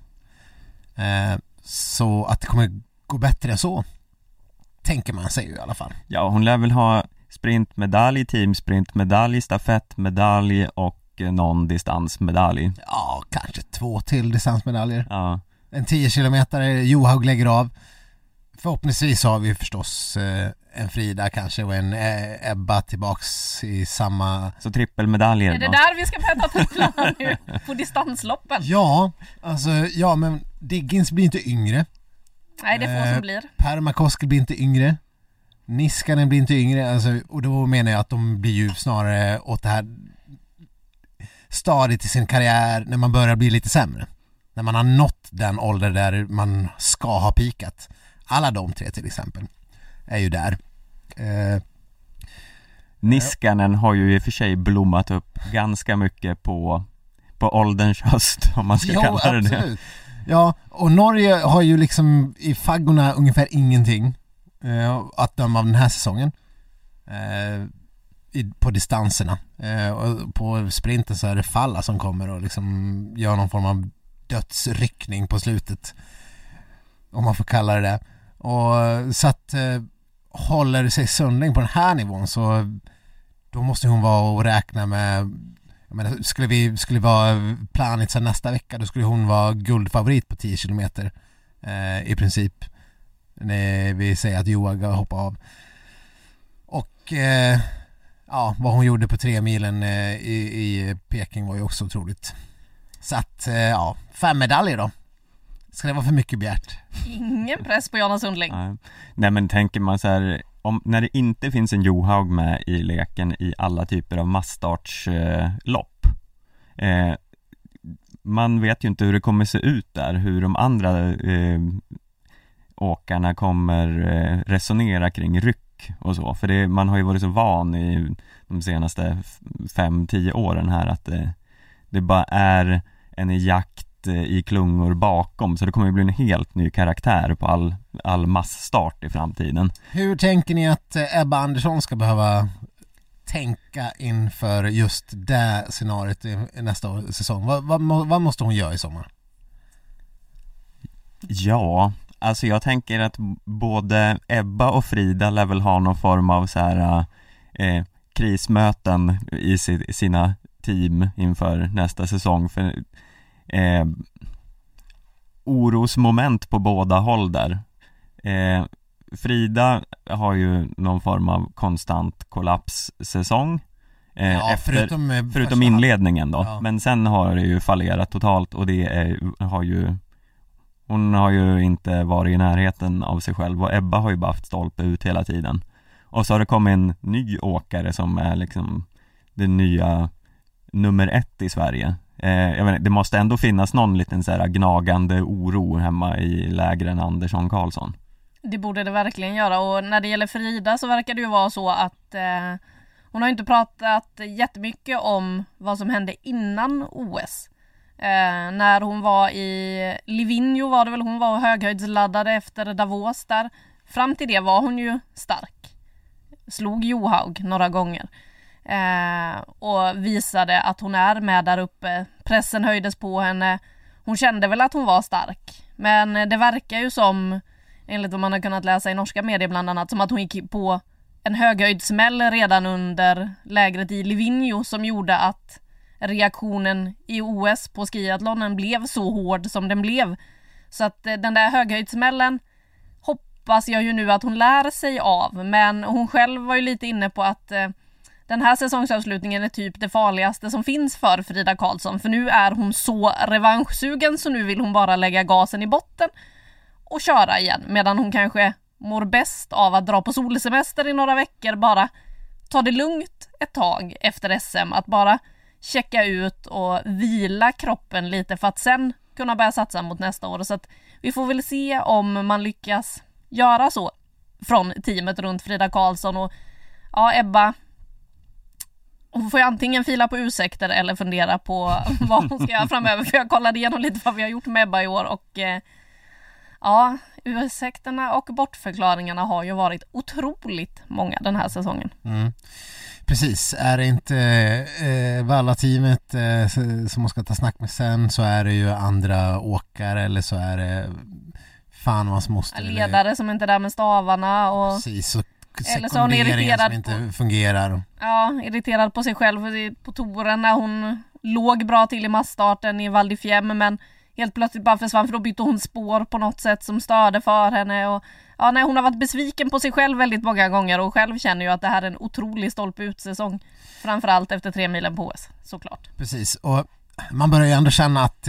Så att det kommer gå bättre än så, tänker man sig ju i alla fall. Ja, hon lär väl ha sprintmedalj, teamsprintmedalj, stafettmedalj och någon distansmedalj. Ja, kanske 2 till distansmedaljer. Ja. En 10 kilometer, Johaug lägger av. Förhoppningsvis har vi förstås en Frida kanske och en Ebba tillbaks i samma... Så trippelmedaljer. Är det där vi ska mäta titlarna nu på distansloppen? Ja, alltså, ja, men Diggins blir inte yngre. Nej, det är få som blir. Permakoski blir inte yngre. Niskanen blir inte yngre. Alltså, och då menar jag att de blir ju snarare åt det här stadiet i sin karriär när man börjar bli lite sämre. När man har nått den ålder där man ska ha pikat. Alla de 3 till exempel är ju där. Niskanen har ju i och för sig blommat upp ganska mycket på ålderns höst, om man ska kalla det absolut. Ja, och Norge har ju liksom i faggorna ungefär ingenting att döma av den här säsongen. På distanserna. Och på sprinten så är det Falla som kommer och liksom gör någon form av dödsryckning på slutet, om man får kalla det. Och så att håller sig Sundling på den här nivån, så då måste hon vara och räkna med, jag menar, skulle vara planigt sen nästa vecka, då skulle hon vara guldfavorit på 10 kilometer i princip, när vi säger att Johaug hoppar av. Och ja, vad hon gjorde på 3 milen i Peking var ju också otroligt. Så att, ja, 5 medaljer då. Ska det vara för mycket begärt? Ingen press på Jonna Sundling. Nej, men tänker man så här, när det inte finns en Johaug med i leken i alla typer av massstartslopp, man vet ju inte hur det kommer se ut där, hur de andra åkarna kommer resonera kring ryck och så, för man har ju varit så van i de senaste 5-10 åren här att det bara är en jakt i klungor bakom, så det kommer ju bli en helt ny karaktär på all massstart i framtiden. Hur tänker ni att Ebba Andersson ska behöva tänka inför just det scenariot i nästa säsong? Vad måste hon göra i sommar? Ja, alltså jag tänker att både Ebba och Frida lär väl ha någon form av så här krismöten i sina team inför nästa säsong, för orosmoment på båda håll där. Frida har ju någon form av konstant kollapssäsong ja, förutom inledningen då. Ja. Men sen har det ju fallerat totalt, och hon har ju inte varit i närheten av sig själv, och Ebba har ju bara haft stolpe ut hela tiden. Och så har det kommit en ny åkare som är liksom den nya nummer 1 i Sverige. Jag vet inte, det måste ändå finnas någon liten så här gnagande oro hemma i lägren Andersson Karlsson. Det borde det verkligen göra, och när det gäller Frida så verkar det ju vara så att hon har inte pratat jättemycket om vad som hände innan OS. När hon var i Livigno var det väl, hon var höghöjdsladdade efter Davos där. Fram till det var hon ju stark. Slog Johaug några gånger. Och visade att hon är med där uppe. Pressen höjdes på henne. Hon kände väl att hon var stark. Men det verkar ju som, enligt vad man har kunnat läsa i norska medier bland annat, som att hon gick på en höghöjdsmäll redan under lägret i Livigno, som gjorde att reaktionen i OS på skiathlonen blev så hård som den blev. Så att den där höghöjdsmällen hoppas jag ju nu att hon lär sig av. Men hon själv var ju lite inne på att den här säsongsavslutningen är typ det farligaste som finns för Frida Karlsson. För nu är hon så revanschsugen så nu vill hon bara lägga gasen i botten och köra igen. Medan hon kanske mår bäst av att dra på solsemester i några veckor, bara ta det lugnt ett tag efter SM. Att bara checka ut och vila kroppen lite för att sen kunna börja satsa mot nästa år. Så att vi får väl se om man lyckas göra så från teamet runt Frida Karlsson. Och ja, Ebba, hon får ju antingen fila på ursäkter eller fundera på vad hon ska göra framöver. För jag kollade igenom lite vad vi har gjort med Ebba i år och ja, ursäkterna och bortförklaringarna har ju varit otroligt många den här säsongen. Precis, är det inte Valla-teamet som man ska ta snack med sen, så är det ju andra åkare eller så är det fan vad måste ledare som inte är där med stavarna och precis, och eller så hon är irriterad som inte fungerar. Ja, irriterad på sig själv på touren när hon låg bra till i massstarten i Val di Fiemme, men helt plötsligt bara försvann för då bytte hon spår på något sätt som störde för henne. Och ja, nej, hon har varit besviken på sig själv väldigt många gånger och själv känner ju att det här är en otrolig stolpe ut-säsong. Framförallt efter 3 milen på OS, såklart. Precis, och man börjar ju ändå känna att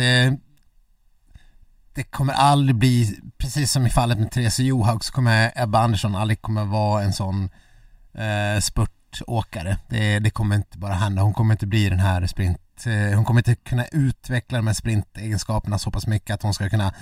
det kommer aldrig bli, precis som i fallet med Therese Johaug, så kommer Ebba Andersson aldrig kommer vara en sån spurtåkare. Det kommer inte bara hända. Hon kommer inte bli den här hon kommer inte kunna utveckla de här sprintegenskaperna så pass mycket att hon ska kunna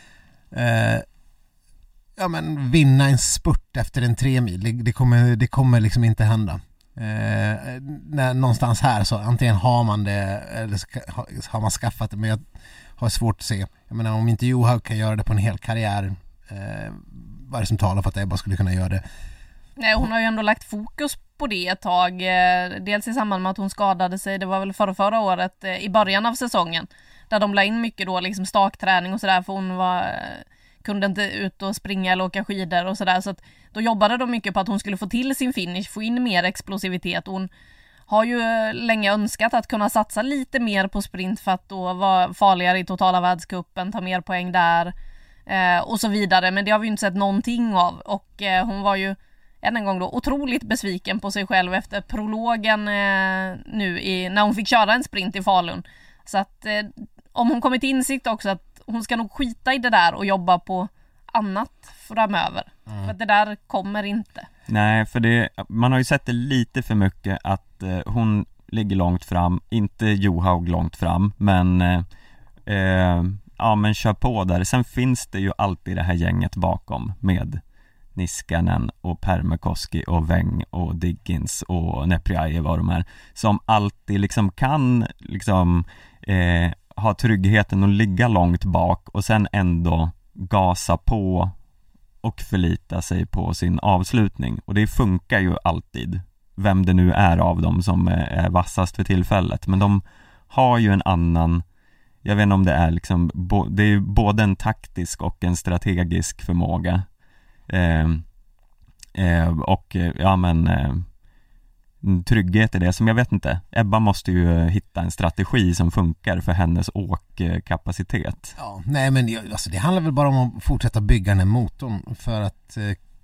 vinna en spurt efter en 3 mil. Det kommer liksom inte hända. Någonstans här så antingen har man det eller har man skaffat det, men jag har svårt att se. Jag menar, om inte Johaug kan göra det på en hel karriär, vad är det som talar för att Ebba skulle kunna göra det? Nej, hon har ju ändå lagt fokus på det ett tag. Dels i samband med att hon skadade sig, det var väl förra året i början av säsongen, där de la in mycket då liksom stakträning och sådär, för hon kunde inte ut och springa eller åka skidor och sådär, så att då jobbade de mycket på att hon skulle få till sin finish, få in mer explosivitet. Hon har ju länge önskat att kunna satsa lite mer på sprint för att då vara farligare i totala världscupen, ta mer poäng där och så vidare, men det har vi ju inte sett någonting av. Och hon var ju än en gång då otroligt besviken på sig själv efter prologen när hon fick köra en sprint i Falun. Så att om hon kommer till insikt också att hon ska nog skita i det där och jobba på annat framöver. För att det där kommer inte. Nej, för man har ju sett det lite för mycket att hon ligger långt fram, inte Johaug långt fram, men men kör på där. Sen finns det ju alltid det här gänget bakom med Niskanen och Pärmäkoski och Weng och Diggins och Nepriaje, vad de är, som alltid liksom kan liksom ha tryggheten och ligga långt bak och sen ändå gasa på och förlita sig på sin avslutning. Och det funkar ju alltid, vem det nu är av dem som är vassast för tillfället, men de har ju en annan, jag vet inte om det är liksom det är ju både en taktisk och en strategisk förmåga. Trygghet är det som, jag vet inte, Ebba måste ju hitta en strategi som funkar för hennes åkkapacitet. Ja, nej men det handlar väl bara om att fortsätta bygga den här motorn, för att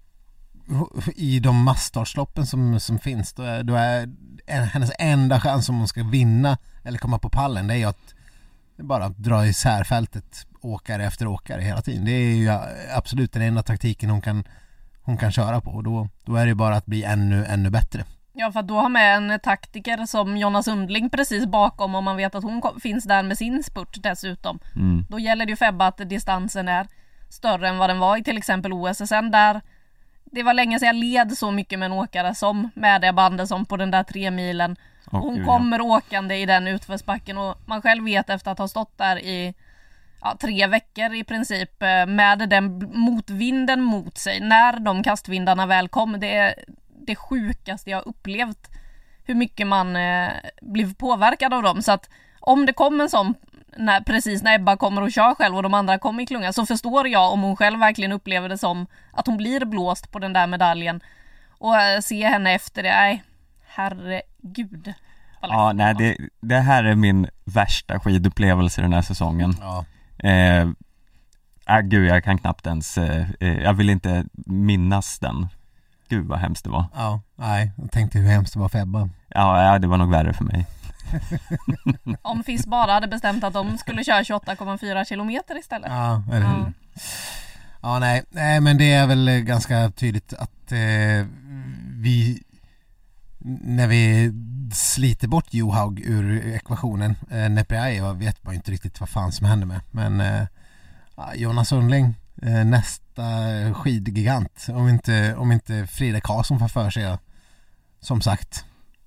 i de massstartsloppen som finns då är hennes enda chans om hon ska vinna eller komma på pallen, det är ju att bara dra isär fältet åkare efter åkare hela tiden. Det är ju absolut den enda taktiken hon kan köra på, och då är det bara att bli ännu bättre. Ja, för att då har med en taktiker som Jonna Sundling precis bakom, och man vet att hon finns där med sin spurt dessutom. Då gäller det ju för Ebba att distansen är större än vad den var i till exempel OSSN, där det var länge sedan jag led så mycket med en åkare som med Ebba Andersson på den där 3 milen. Hon kommer åkande i den utförsbacken, och man själv vet efter att ha stått där i 3 veckor i princip med den motvinden mot sig, när de kastvindarna väl kom, det är det sjukaste jag upplevt, hur mycket man blir påverkad av dem. Så att om det kommer en sån precis när Ebba kommer och kör själv och de andra kommer i klunga, så förstår jag om hon själv verkligen upplever det som att hon blir blåst på den där medaljen, och se henne efter det, nej, herregud. Ja, nej, det här är min värsta skidupplevelse den här säsongen. Ja. Gud, jag kan knappt ens jag vill inte minnas den. Gud vad hemskt det var. Ja, nej, jag tänkte hur hemskt det var för Ebba. Ja, det var nog värre för mig. Om FIS bara hade bestämt att de skulle köra 28,4 kilometer istället. Ja, eller hur? Ja, nej, men det är väl ganska tydligt att vi, när vi sliter bort Johaug ur ekvationen, Nepiaeva vet man ju inte riktigt vad fan som händer med. Men Jonas Sundling, nästa skidgigant, om inte Frida Karlsson får för sig, som sagt,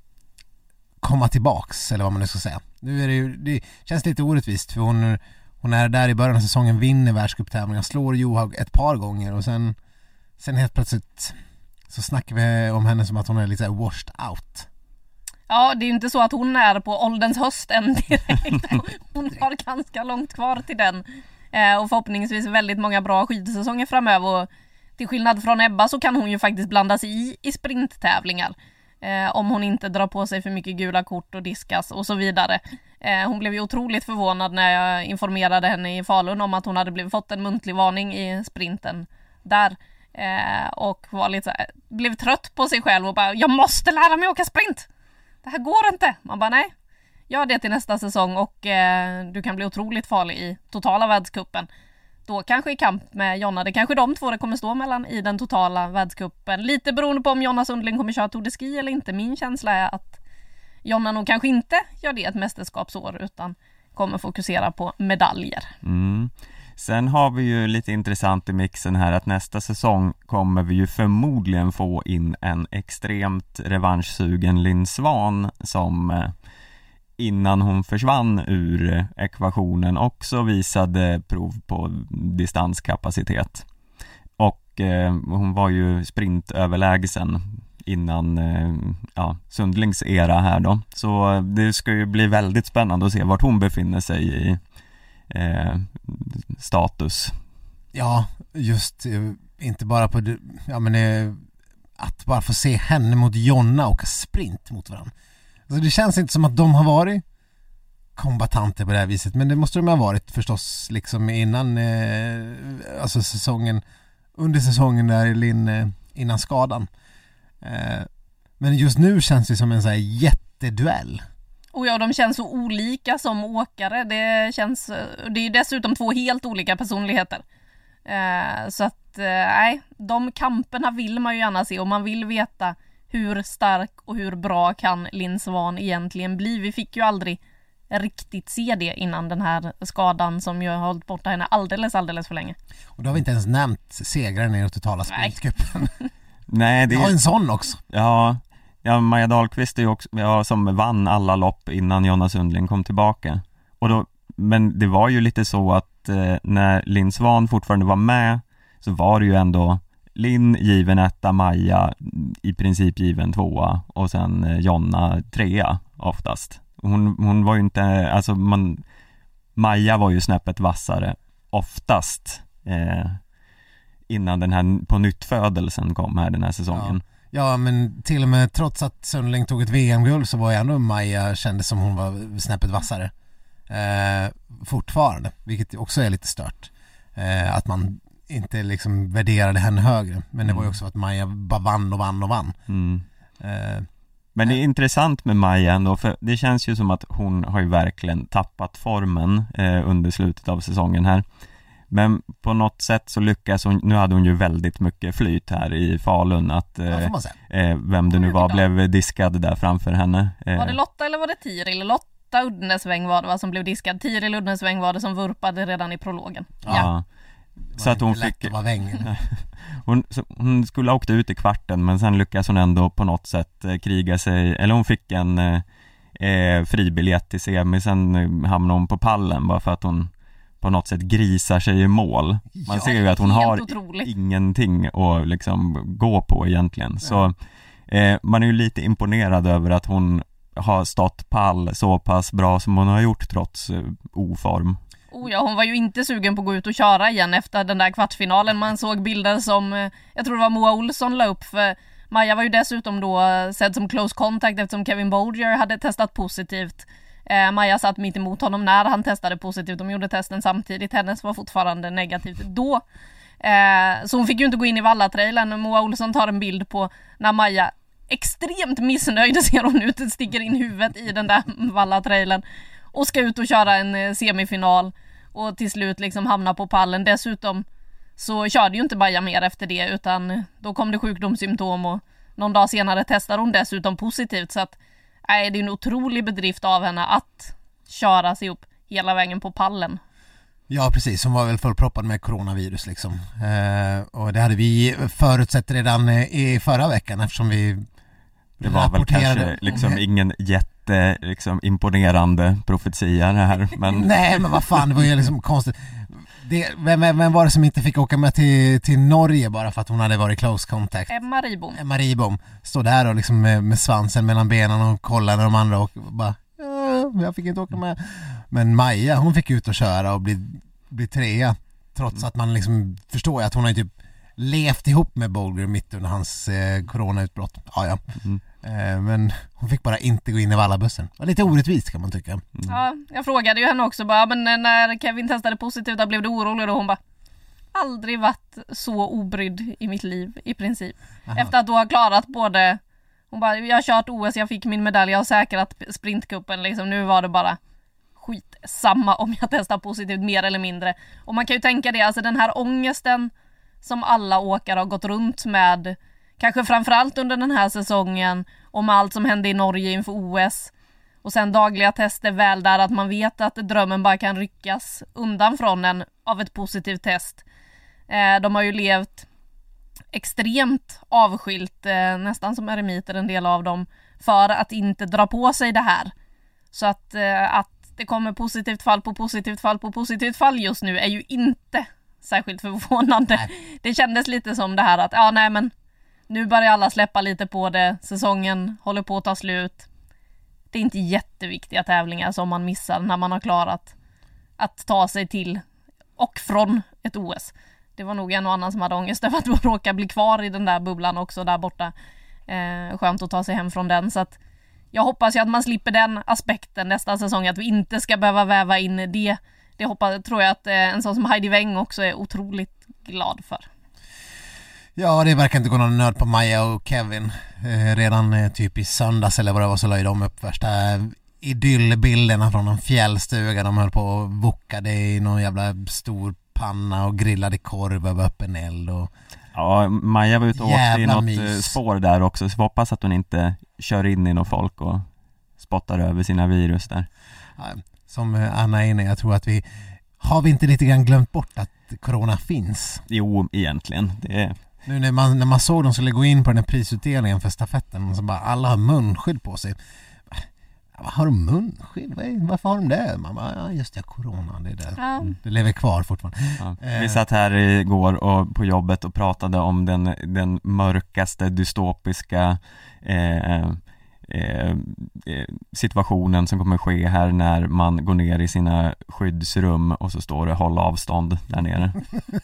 komma tillbaks, eller vad man nu ska säga. Nu är det känns lite orättvist, för hon är där i början av säsongen, vinner världscuptävlingar, slår Johaug ett par gånger, och sen helt plötsligt så snackar vi om henne som att hon är lite washed out. Ja, det är ju inte så att hon är på ålderns höst än direkt. Hon har ganska långt kvar till den. Och förhoppningsvis väldigt många bra skidsäsonger framöver. Och till skillnad från Ebba så kan hon ju faktiskt blanda sig i sprinttävlingar. Om hon inte drar på sig för mycket gula kort och diskas och så vidare. Hon blev ju otroligt förvånad när jag informerade henne i Falun om att hon hade fått en muntlig varning i sprinten där. Och var lite så här, blev trött på sig själv och bara, jag måste lära mig åka sprint! Det här går inte! Man bara, nej, gör det till nästa säsong och du kan bli otroligt farlig i totala världscupen. Då kanske i kamp med Jonna, det kanske de två det kommer stå mellan i den totala världscupen. Lite beroende på om Jonna Sundling kommer köra Tour de Ski eller inte. Min känsla är att Jonna nog kanske inte gör det ett mästerskapsår utan kommer fokusera på medaljer. Sen har vi ju lite intressant i mixen här att nästa säsong kommer vi ju förmodligen få in en extremt revanschsugen Linn Svan som innan hon försvann ur ekvationen också visade prov på distanskapacitet. Och hon var ju sprintöverlägsen innan Sundlings era här då. Så det ska ju bli väldigt spännande att se vart hon befinner sig i status. Ja, just inte bara på att bara få se henne mot Jonna och sprint mot varandra. Alltså det känns inte som att de har varit kombatanter på det här viset, men det måste de ha varit förstås liksom innan alltså säsongen, under säsongen där innan skadan. Men just nu känns det som en så här jätteduell. Och ja, de känns så olika som åkare. Det är ju dessutom två helt olika personligheter. Så att de kamperna vill man ju gärna se och man vill veta hur stark och hur bra kan Linn Svan egentligen bli. Vi fick ju aldrig riktigt se det innan den här skadan som ju har hållit borta henne alldeles för länge. Och då har vi inte ens nämnt segraren i den totala sprintcupen. Nej, det är en sån också. Ja, Maja Dahlqvist är ju också som vann alla lopp innan Jonna Sundling kom tillbaka. Men det var ju lite så att när Linn Svan fortfarande var med så var det ju ändå Linn given etta, Maja i princip given tvåa och sen Jonna trea oftast. Hon var ju inte, alltså Maja var ju snäppet vassare oftast innan den här på nyttfödelsen kom här den här säsongen. Ja, men till och med trots att Sundling tog ett VM-guld så var ju ändå Maja kändes som hon var snäppet vassare fortfarande, vilket också är lite stört. Att man inte liksom värderade henne högre, men det var ju också att Maja bara vann. Men det är intressant med Maja ändå, för det känns ju som att hon har ju verkligen tappat formen under slutet av säsongen här. Men på något sätt så lyckas hon, nu hade hon ju väldigt mycket flyt här i Falun att vem det nu var blev diskad där framför henne. Var det Lotta eller var det Tiril? Lotta Udnesväng var det som blev diskad. Tiril Udnesväng var det som vurpade redan i prologen. Ja. Så att hon fick hon skulle ha åkt ut i kvarten, men sen lyckas hon ändå på något sätt kriga sig, eller hon fick en fribiljett till semi, sen hamnade hon på pallen bara för att hon på något sätt grisar sig i mål. Man ser ju att hon har ingenting att liksom gå på egentligen. Så man är ju lite imponerad över att hon har stått pall så pass bra som hon har gjort trots oform. Hon var ju inte sugen på att gå ut och köra igen efter den där kvartsfinalen. Man såg bilder som, jag tror det var Moa Olsson la upp, för Maja var ju dessutom då sedd som close contact eftersom Kevin Bolger hade testat positivt. Maja satt mitt emot honom när han testade positivt. De gjorde testen samtidigt. Hennes var fortfarande negativt då. Så hon fick ju inte gå in i Valla-trailern. Moa Olsson tar en bild på när Maja extremt missnöjd ser hon ut, sticker in huvudet i den där Valla-trailern och ska ut och köra en semifinal och till slut liksom hamna på pallen. Dessutom så körde ju inte Maja mer efter det, utan då kom det sjukdomssymptom och någon dag senare testade hon dessutom positivt. Så att det är en otrolig bedrift av henne att köra sig upp hela vägen på pallen. Ja, precis. Hon var väl fullproppad med coronavirus liksom. Och det hade vi förutsett redan i förra veckan, eftersom vi det var väl kanske liksom ingen jätte liksom imponerande profetia det här, men nej, men vad fan, det var ju liksom konstigt. Vem var det som inte fick åka med till Norge bara för att hon hade varit close contact? Emma Ribom stod där och liksom med svansen mellan benen och kollade de andra och bara jag fick inte åka med. Men Maja, hon fick ut och köra och bli trea, trots att man liksom förstår att hon har typ levt ihop med Bolger mitt under hans coronautbrott. Ja. Men hon fick bara inte gå in i Vallabussen. Det var lite orättvist kan man tycka. Ja, jag frågade ju henne också bara, men när Kevin testade positivt då blev det orolig och hon bara aldrig varit så obrydd i mitt liv i princip. Aha. Efter att du har klarat både, hon bara, jag har kört OS, jag fick min medalj, jag har säkrat sprintcupen liksom, nu var det bara skit samma om jag testar positivt mer eller mindre. Och man kan ju tänka det, alltså den här ångesten som alla åkare har gått runt med, kanske framförallt under den här säsongen, om allt som hände i Norge inför OS och sen dagliga tester väl där, att man vet att drömmen bara kan ryckas undan från en av ett positivt test. De har ju levt extremt avskilt, nästan som eremiter en del av dem, för att inte dra på sig det här. Så att det kommer positivt fall på positivt fall på positivt fall just nu är ju inte särskilt förvånande. Nej. Det kändes lite som det här att men nu börjar alla släppa lite på det, säsongen håller på att ta slut. Det är inte jätteviktiga tävlingar som man missar när man har klarat att ta sig till och från ett OS. Det var nog en och annan som hade ångest över att råka bli kvar i den där bubblan också där borta. Skönt att ta sig hem från den, så att jag hoppas ju att man slipper den aspekten nästa säsong, att vi inte ska behöva väva in det. Det tror jag att en sån som Heidi Weng också är otroligt glad för. Ja, det verkar inte gå någon nöd på Maja och Kevin. Redan typ i söndags eller vad det var så la de upp första idyllbilderna från en fjällstuga. De höll på att vokade i någon jävla stor panna och grillade korv över öppen eld. Ja, Maja var ute och åkte i något spår där också, så hoppas att hon inte kör in i någon folk och spottar över sina virus där. Ja, som Anna är inne, jag tror att har vi inte lite grann glömt bort att corona finns? Jo, egentligen. Nu när man såg de skulle gå in på den här prisutdelningen för stafetten, så bara alla har munskydd på sig. Har de munskydd? Varför har de det? Man bara, just det, corona, det är det. Ja. Det lever kvar fortfarande. Ja. Vi satt här igår och på jobbet och pratade om den mörkaste dystopiska situationen som kommer ske här när man går ner i sina skyddsrum och så står det hålla avstånd där nere.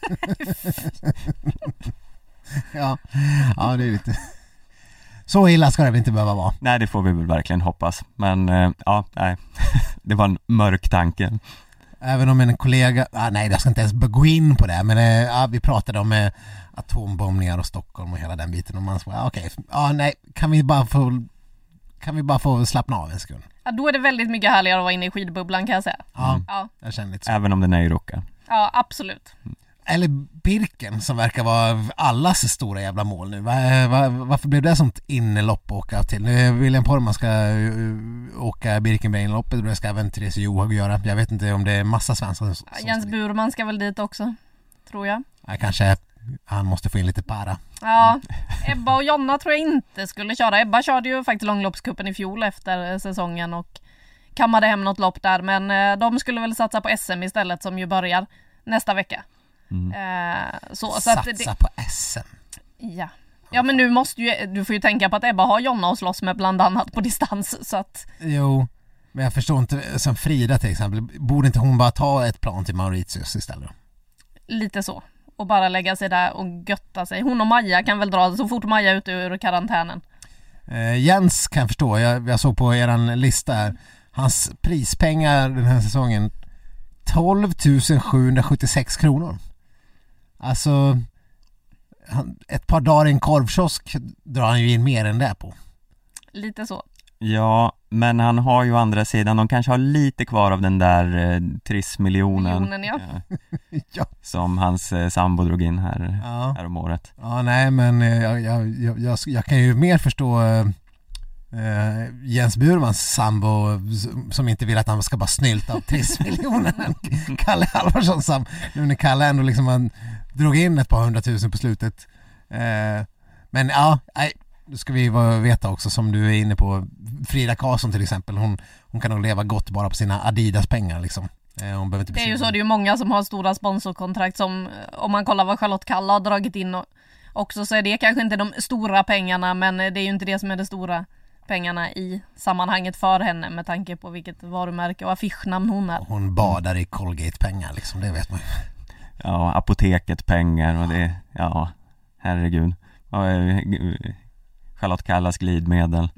Ja, det är lite... Så illa ska det inte behöva vara. Nej, det får vi väl verkligen hoppas. Men nej. Det var en mörk tanke. Även om en kollega... nej, jag ska inte ens gå in på det. Men vi pratade om atombombningar och Stockholm och hela den biten. Och man sa, nej, kan vi bara få slappna av en sekund? Ja, då är det väldigt mycket härligare att vara inne i skidbubblan, kan jag säga. Ja. Jag känner lite så. Även om den är i Ruka. Ja, absolut. Eller Birken som verkar vara allas stora jävla mål nu. Varför blev det sånt innelopp att åka till? Nu William Porman ska åka Birkenbergenloppet och det ska även Therese Johaug göra. Jag vet inte om det är massa svenskar som Jens Burman ska väl dit också, tror jag. Ja, kanske han måste få in lite para. Ja, Ebba och Jonna tror jag inte skulle köra. Ebba körde ju faktiskt långloppscupen i fjol efter säsongen och kammade hem något lopp där. Men de skulle väl satsa på SM istället, som ju börjar nästa vecka. Satsa på SM. Ja, men nu du får ju tänka på att Ebba har Jonna att slåss med bland annat på distans, så att... Jo, men jag förstår inte, som Frida till exempel, borde inte hon bara ta ett plan till Mauritius istället? Lite så, och bara lägga sig där och götta sig. Hon och Maja kan väl dra så fort Maja är ute ur karantänen. Jens kan jag förstå, jag såg på eran lista här, hans prispengar den här säsongen 12 776 kronor. Alltså ett par dagar i en korvkiosk drar han ju in mer än det på. Lite så. Ja, men han har ju å andra sidan, de kanske har lite kvar av den där trissmiljonen Ja. som hans sambo drog in här om året. Ja, nej, men jag kan ju mer förstå Jens Burmans sambo som inte vill att han ska bara snylta av trissmiljonen än Kalle Halvarsson sambo. Nu när Kalle ändå liksom han drog in ett par 100 000 på slutet. Men ja, nej. Då ska vi veta också, som du är inne på, Frida Karlsson till exempel, hon kan nog leva gott bara på sina Adidas-pengar liksom. Hon behöver inte det är ju så, det är ju många som har stora sponsorkontrakt som, om man kollar vad Charlotte Kalla har dragit in också, så är det kanske inte de stora pengarna, men det är ju inte det som är de stora pengarna i sammanhanget för henne med tanke på vilket varumärke och affischnamn hon är. Hon badar i Colgate-pengar liksom, det vet man ju. Ja, apoteket pengar och det, ja, herregud. Charlotte Kallas glidmedel.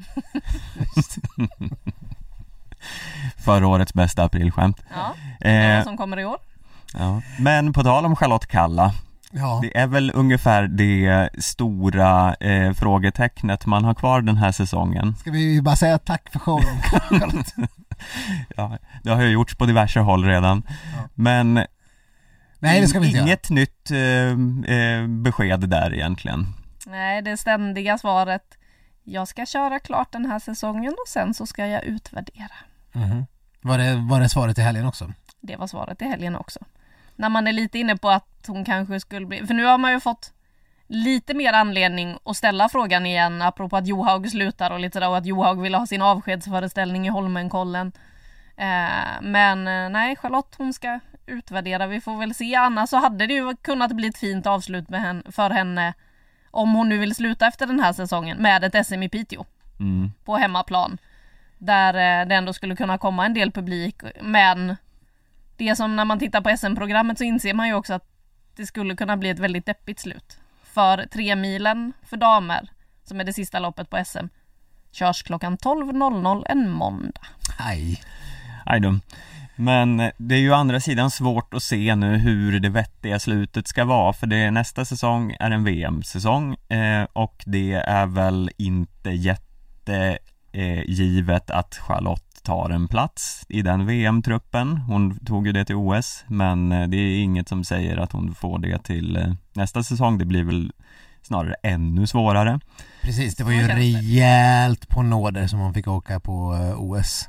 Förra årets bästa aprilskämt. Ja, det som kommer i år. Ja. Men på tal om Charlotte Kalla, det är väl ungefär det stora frågetecknet man har kvar den här säsongen. Ska vi bara säga tack för showen, Charlotte? Ja, det har ju gjorts på diverse håll redan. Ja. Men nej, det ska vi inte inget nytt besked där egentligen. Nej, det ständiga svaret: jag ska köra klart den här säsongen och sen så ska jag utvärdera. Mm-hmm. Var det svaret i helgen också? Det var svaret i helgen också. När man är lite inne på att hon kanske skulle bli... För nu har man ju fått lite mer anledning att ställa frågan igen, apropå att Johaug slutar och lite där, och att Johaug ville ha sin avskedsföreställning i Holmenkollen. Men nej, Charlotte, hon ska utvärdera. Vi får väl se. Annars så hade det ju kunnat bli ett fint avslut för henne om hon nu vill sluta efter den här säsongen med ett SM i Piteå på hemmaplan, där det ändå skulle kunna komma en del publik. Men det som, när man tittar på SM-programmet, så inser man ju också att det skulle kunna bli ett väldigt deppigt slut. För 3 milen för damer, som är det sista loppet på SM, körs klockan 12.00 en måndag. Aj då. Men det är ju å andra sidan svårt att se nu hur det vettiga slutet ska vara, för det nästa säsong är en VM-säsong och det är väl inte jättegivet att Charlotte tar en plats i den VM-truppen. Hon tog ju det till OS, men det är inget som säger att hon får det till nästa säsong. Det blir väl snarare ännu svårare. Precis, det var ju rejält på nåder som hon fick åka på OS.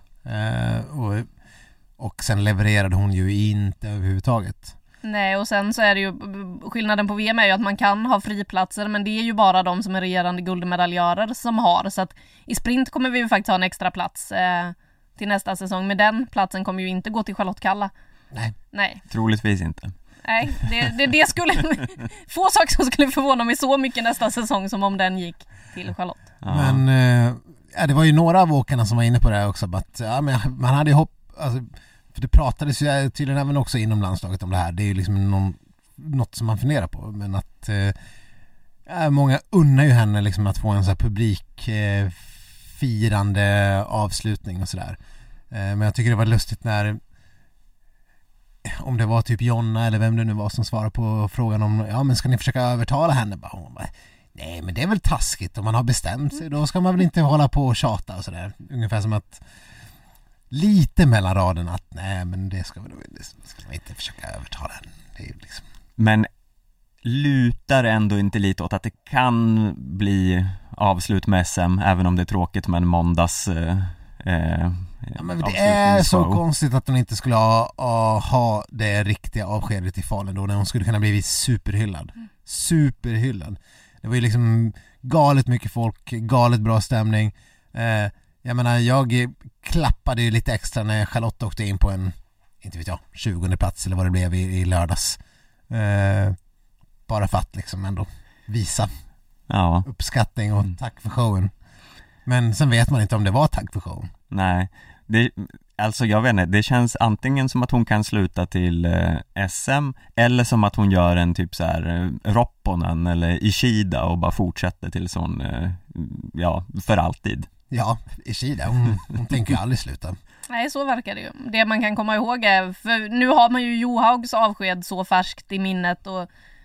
Och sen levererade hon ju inte överhuvudtaget. Nej, och sen så är det ju, skillnaden på VM är ju att man kan ha friplatser, men det är ju bara de som är regerande guldmedaljörer som har. Så att i sprint kommer vi ju faktiskt ha en extra plats till nästa säsong, men den platsen kommer ju inte gå till Charlotte Kalla. Nej. Troligtvis inte. Nej, det skulle få saker som skulle förvåna mig så mycket nästa säsong som om den gick till Charlotte. Ja. Men det var ju några av åkarna som var inne på det här också, att men man hade ju alltså, för det pratades ju tydligen även också inom landslaget om det här. Det är ju liksom något som man funderar på, men att många unnar ju henne liksom att få en så här publikfirande avslutning och sådär. Men jag tycker det var lustigt när, om det var typ Jonna eller vem det nu var som svarade på frågan om, ja men ska ni försöka övertala henne? Hon bara, nej men det är väl taskigt, om man har bestämt sig då ska man väl inte hålla på och tjata och sådär. Ungefär som att lite mellan raden att nej men det ska man inte försöka övertala henne. Det är liksom... Men lutar ändå inte lite åt att det kan bli avslut med SM, även om det är tråkigt med en måndags ja, men det är så konstigt att hon inte skulle ha det riktiga avskedet i Falun då, när hon skulle kunna bli superhyllad. Superhyllad. Det var ju liksom galet mycket folk, galet bra stämning. Jag menar, jag klappade ju lite extra när Charlotte åkte in på en, inte vet jag, 20:e plats eller vad det blev i lördags. Bara för att liksom ändå visa uppskattning och tack för showen. Men sen vet man inte om det var tack för showen. Nej, alltså jag vet inte, det känns antingen som att hon kan sluta till SM eller som att hon gör en typ så här Ropponen eller Ishida och bara fortsätter till sån, för alltid. Ja, Ishida, hon tänker ju aldrig sluta. Nej, så verkar det ju. Det man kan komma ihåg är, för nu har man ju Johaugs avsked så färskt i minnet och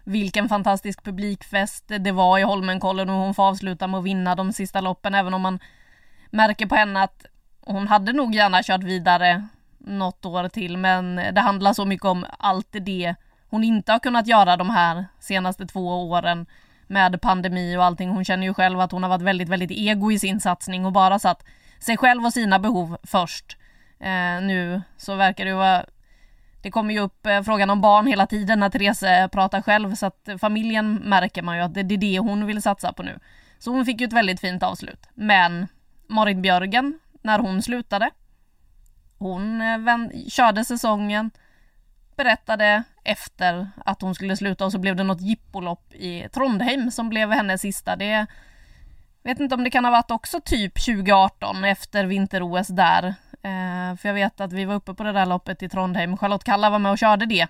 vilken fantastisk publikfest det var i Holmenkollen och hon får avsluta med att vinna de sista loppen, även om man märker på henne att hon hade nog gärna kört vidare något år till, men det handlar så mycket om allt det hon inte har kunnat göra de här senaste 2 åren med pandemi och allting. Hon känner ju själv att hon har varit väldigt, väldigt ego i sin satsning och bara satt sig själv och sina behov först. Nu så verkar det ju vara... Det kommer ju upp frågan om barn hela tiden när Therese pratar själv, så att familjen märker man ju att det är det hon vill satsa på nu. Så hon fick ju ett väldigt fint avslut. Men Marit Björgen, när hon slutade, hon körde säsongen, berättade efter att hon skulle sluta, och så blev det något jippolopp i Trondheim som blev hennes sista. Det vet inte om det kan ha varit också typ 2018 efter vinter-OS där. För jag vet att vi var uppe på det där loppet i Trondheim. Charlotte Kalla var med och körde det.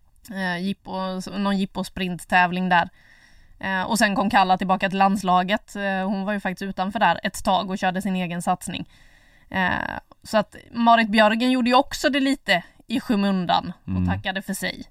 Någon jippo-sprint-tävling där. Och sen kom Kalla tillbaka till landslaget. Hon var ju faktiskt utanför där ett tag och körde sin egen satsning. Så att Marit Björgen gjorde ju också det lite i skymundan och tackade för sig.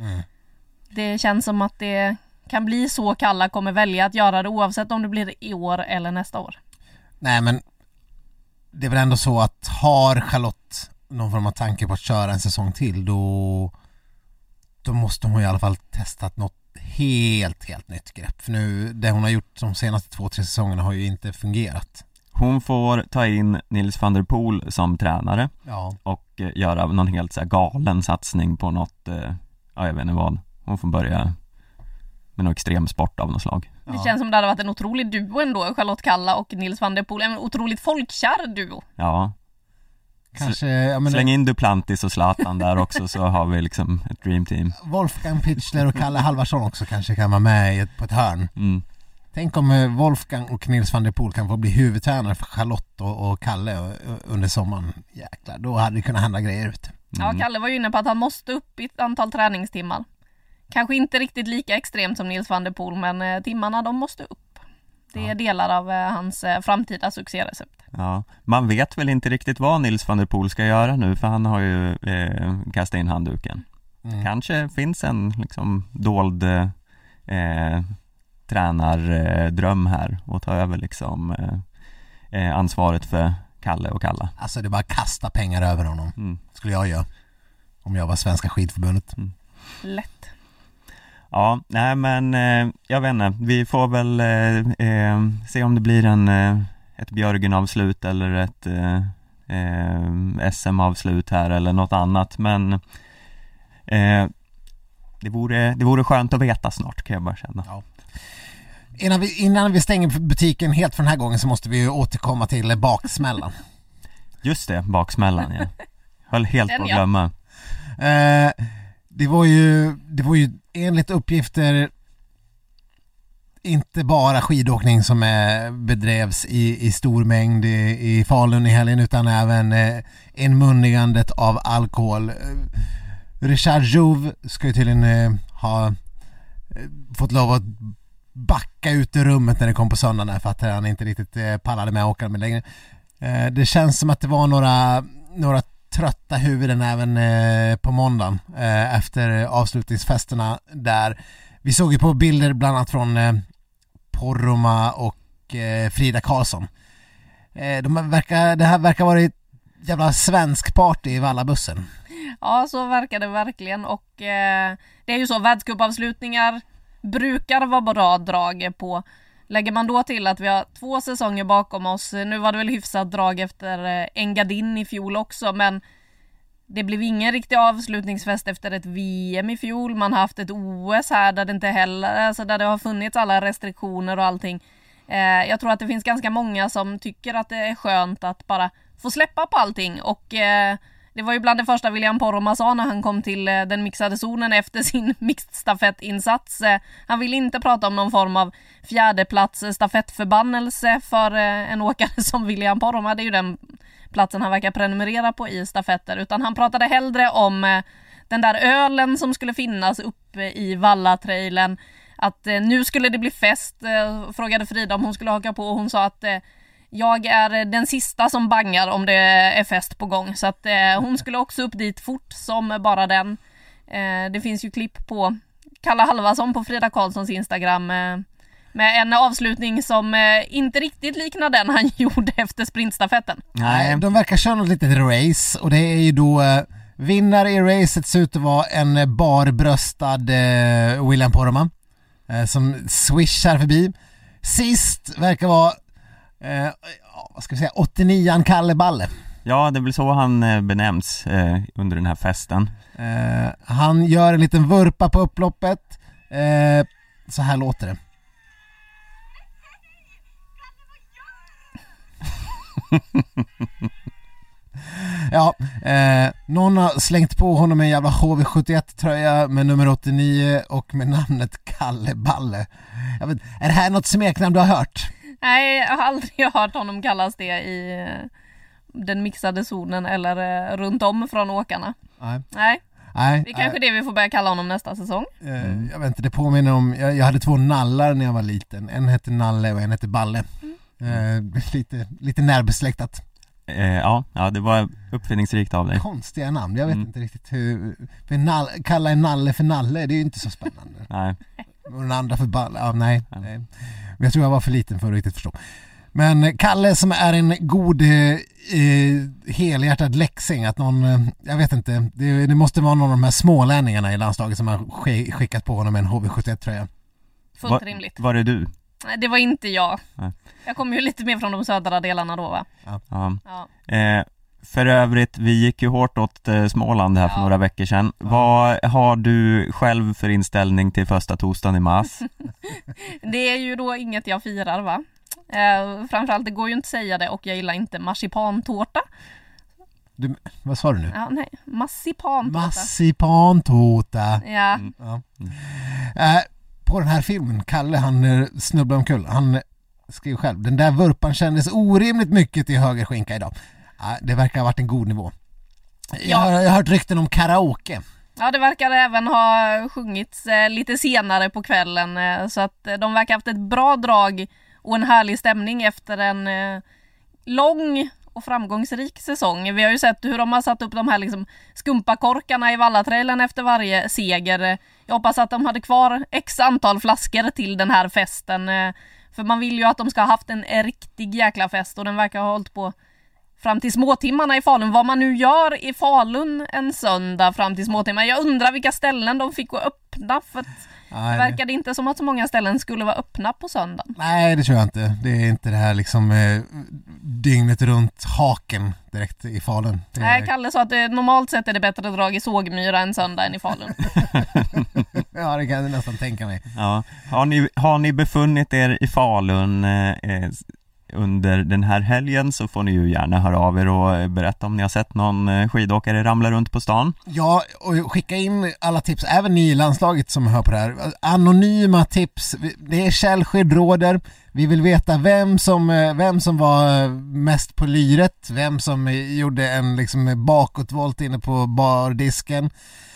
Det känns som att det kan bli så Kalla kommer välja att göra det, oavsett om det blir i år eller nästa år. Nej, men det är väl ändå så att har Charlotte någon form av tanke på att köra en säsong till, då måste hon i alla fall testat något helt nytt grepp. För nu, det hon har gjort de senaste 2-3 säsongerna har ju inte fungerat. Hon får ta in Nils van der Poel som tränare, ja, och göra någon helt så här galen satsning på något, jag vet inte vad. Hon får börja med någon extremsport av något slag. Det känns som det hade varit en otrolig duo ändå, Charlotte Kalla och Nils van der Poel. En otroligt folkkär duo. Ja. Kanske, släng in Duplantis och Zlatan där också, så har vi liksom ett dream team. Wolfgang Pichler och Kalle Halvarsson också kanske kan vara med på ett hörn. Tänk om Wolfgang och Nils van der Poel kan få bli huvudtränare för Charlotte och Kalle under sommaren. Jäklar, då hade det kunnat hända grejer ut. Ja, Kalle var ju inne på att han måste upp i ett antal träningstimmar. Kanske inte riktigt lika extremt som Nils van der Poel, men timmarna de måste upp. Det är delar av hans framtida succérecept. Ja, man vet väl inte riktigt vad Nils van der Poel ska göra nu, för han har ju kastat in handduken. Kanske finns en liksom dold tränardröm här och ta över liksom ansvaret för Kalle och Kalla. Alltså det är bara kasta pengar över honom. Skulle jag göra om jag var Svenska skidförbundet. Lätt. Ja, nej men jag vet inte, vi får väl se om det blir ett Björgen-avslut eller ett SM-avslut här eller något annat, men det vore skönt att veta snart, kan jag bara känna. Ja. Innan vi stänger butiken helt för den här gången så måste vi ju återkomma till baksmällan. Just det, baksmällan, ja. Höll helt på att glömma. Det var ju enligt uppgifter inte bara skidåkning som bedrevs i stor mängd i Falun i helgen, utan även inmundigandet av alkohol. Richard Jouve ska ju tydligen ha fått lov att backa ut ur rummet när det kom på söndagen för att han inte riktigt pallade med att åka med längre. Det känns som att det var några trötta huvuden även på måndagen efter avslutningsfesterna där. Vi såg ju på bilder bland annat från Poromaa och Frida Karlsson. Det här verkar vara ett jävla svensk party i Vallabussen. Ja, så verkar det verkligen, och det är ju så, världscupavslutningar brukar vara bra drag på. Lägger man då till att vi har 2 säsonger bakom oss, nu var det väl hyfsat drag efter Engadin i fjol också, men det blev ingen riktig avslutningsfest efter ett VM i fjol. Man har haft ett OS här där det inte heller, alltså där det har funnits alla restriktioner och allting. Jag tror att det finns ganska många som tycker att det är skönt att bara få släppa på allting, och det var ju bland det första William Poromaa sa när han kom till den mixade zonen efter sin mixed-stafettinsats. Han ville inte prata om någon form av fjärdeplats stafettförbannelse för en åkare som William Poromaa. Det är ju den platsen han verkar prenumerera på i stafetter. Utan han pratade hellre om den där ölen som skulle finnas uppe i Vallatrailen. Att nu skulle det bli fest. Frågade Frida om hon skulle haka på, och hon sa att jag är den sista som bangar om det är fest på gång. Så att hon skulle också upp dit fort som bara den. Det finns ju klipp på Kalle Halvarsson på Frida Karlssons Instagram med en avslutning som inte riktigt liknar den han gjorde efter sprintstafetten. Nej, de verkar köra något litet race och det är ju då vinnare i racet ser ut att vara en barbröstad William Poromaa som swishar förbi. Sist verkar vara vad ska vi säga, 89an Kalle Balle. Ja, det är väl så han benämns under den här festen. Han gör en liten vurpa på upploppet. Så här låter det. Ja, någon har slängt på honom en jävla HV71-tröja med nummer 89 och med namnet Kalle Balle. Jag vet, är det här något smeknamn du har hört? Nej, jag har aldrig hört honom kallas det i den mixade zonen eller runt om från åkarna. Nej. Det är kanske det vi får börja kalla honom nästa säsong. Jag vet inte, det påminner om, jag hade 2 nallar när jag var liten. En hette Nalle och en hette Balle. Lite närbesläktat. Ja, det var uppfinningsrikt av dig. Konstiga namn, jag vet inte riktigt hur kalla en Nalle för Nalle, det är ju inte så spännande. Nej. Och den andra för Balle, nej. Men jag tror jag var för liten för att riktigt förstå. Men Kalle som är en god helhjärtad läxing, att någon, jag vet inte, det måste vara någon av de här smålänningarna i landslaget som har skickat på honom en HV71-tröja. Fullt rimligt. Var det du? Nej, det var inte jag. Nej. Jag kommer ju lite mer från de södra delarna då, va? Ja. För övrigt, vi gick ju hårt åt Småland här för några veckor sedan. Vad har du själv för inställning till första torsdagen i mars? Det är ju då inget jag firar, va? Framförallt, det går ju inte att säga det, och jag gillar inte marsipantårta. Vad sa du nu? Ja, nej, marsipantårta. Marsipantårta. Ja. På den här filmen, Kalle, han snubblar omkull. Han skriver själv, den där vurpan kändes orimligt mycket i höger skinka idag. Det verkar ha varit en god nivå. Jag har hört rykten om karaoke. Ja, det verkar även ha sjungits lite senare på kvällen, så att de verkar ha haft ett bra drag och en härlig stämning efter en lång och framgångsrik säsong. Vi har ju sett hur de har satt upp de här liksom skumpakorkarna i Vallatrailen efter varje seger. Jag hoppas att de hade kvar x antal flaskor till den här festen, för man vill ju att de ska ha haft en riktig jäkla fest, och den verkar ha hållit på fram till småtimmarna i Falun. Vad man nu gör i Falun en söndag fram till småtimmar. Jag undrar vilka ställen de fick att öppna, för att det verkade inte som att så många ställen skulle vara öppna på söndagen. Nej, det tror jag inte. Det är inte det här liksom dygnet runt haken direkt i Falun. Nej, Kalle sa att normalt sett är det bättre drag i Sågmyra än söndag än i Falun. Ja, det kan jag nästan tänka mig. Ja. Har ni befunnit er i Falun under den här helgen, så får ni ju gärna höra av er och berätta om ni har sett någon skidåkare ramla runt på stan. Ja, och skicka in alla tips, även ni i landslaget som hör på det här. Anonyma tips, det är källskydd råder. Vi vill veta vem som var mest på lyret, vem som gjorde en liksom bakåtvolt inne på bardisken.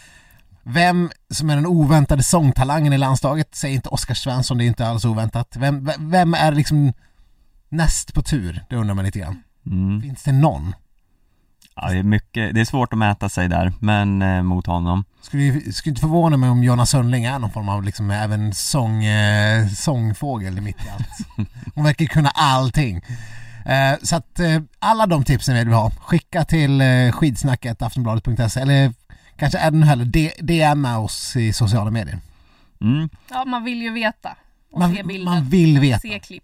Vem som är den oväntade sångtalangen i landslaget. Säg inte Oskar Svensson, det är inte alls oväntat. Vem är liksom näst på tur? Det undrar man lite grann. Finns det någon? Ja, det är svårt att mäta sig där, men mot honom. Skulle inte förvåna mig om Jonas Sundling är någon form av liksom även sångfågel i mitt i allt. Hon verkar kunna allting. Så att alla de tipsen vill vi ha. Skicka till skidsnacket.aftonbladet.se, eller kanske är den heller DM oss i sociala medier. Ja, man vill ju veta. Och se bilder. Man vill veta. Se klipp.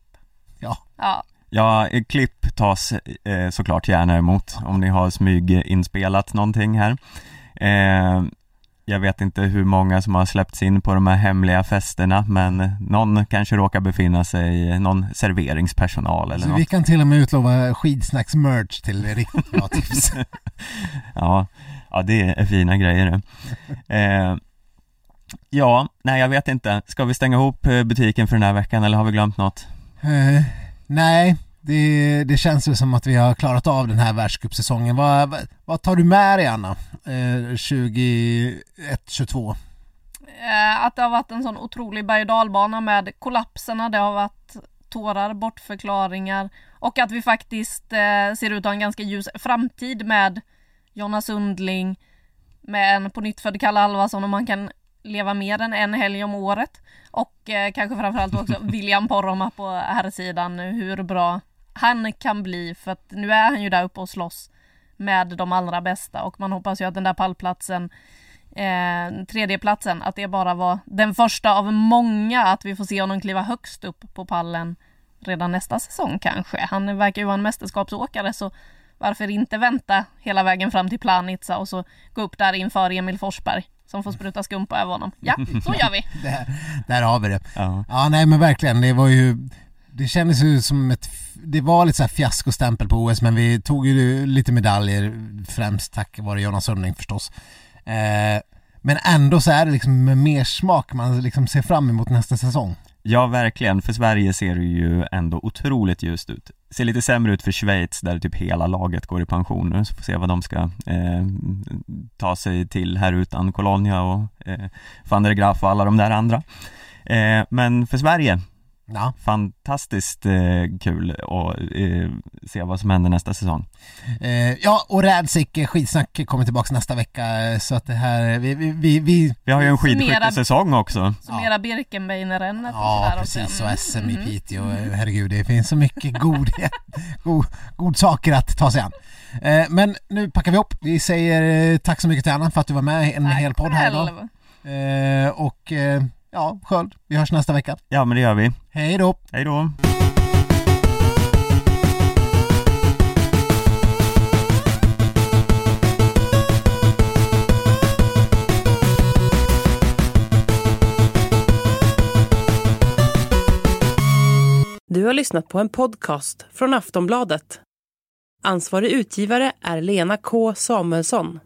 Ja, klipp tas såklart gärna emot om ni har smyginspelat någonting här. Jag vet inte hur många som har släppts in på de här hemliga festerna, men någon kanske råkar befinna sig, någon serveringspersonal eller något. Vi kan till och med utlova skidsnacks-merch till riktigt bra tips. Ja, det är fina grejer. Jag vet inte. Ska vi stänga ihop butiken för den här veckan, eller har vi glömt något? Nej, det känns ju som att vi har klarat av den här världscupsäsongen. Vad tar du med dig, Anna? 21-22? Att det har varit en sån otrolig berg- och dalbana med kollapserna. Det har varit tårar, bortförklaringar, och att vi faktiskt ser ut att ha en ganska ljus framtid med Jonas Sundling, med en på nytt född Kalle Halvarsson, och man kan leva mer än en helg om året. Och kanske framförallt också William Poromaa på här sidan, hur bra han kan bli. För att nu är han ju där uppe och slåss med de allra bästa. Och man hoppas ju att den där pallplatsen, tredjeplatsen, att det bara var den första av många. Att vi får se honom kliva högst upp på pallen redan nästa säsong kanske. Han verkar ju vara en mästerskapsåkare, så varför inte vänta hela vägen fram till Planica och så gå upp där inför Emil Forsberg som får spruta skumpa över honom. Ja, så gör vi. där har vi det. Ja, nej men verkligen, det kändes ju som det var lite så här fiaskostämpel på OS, men vi tog ju lite medaljer, främst tack vare Jonas Sundling förstås. Men ändå så är det liksom med mer smak man liksom ser fram emot nästa säsong. Ja, verkligen. För Sverige ser det ju ändå otroligt ljust ut. Det ser lite sämre ut för Schweiz där typ hela laget går i pension nu. Så får se vad de ska ta sig till här utan Colonia och Van der Graaf och alla de där andra. Men för Sverige, ja. Fantastiskt kul att se vad som händer nästa säsong. Ja, och Rädsik skitsnack kommer tillbaka nästa vecka, så att det här vi har ju en skidskyttesäsong också. Summera Birkenbeiner-rennet. Ja, precis, och SM i Piteå. Herregud, det finns så mycket god saker att ta sig an. Men nu packar vi upp. Vi säger tack så mycket till Anna för att du var med i en hel podd här idag. Och ja, Sköld, vi hörs nästa vecka. Ja, men det gör vi. Hej då. Hej då. Du har lyssnat på en podcast från Aftonbladet. Ansvarig utgivare är Lena K. Samuelsson.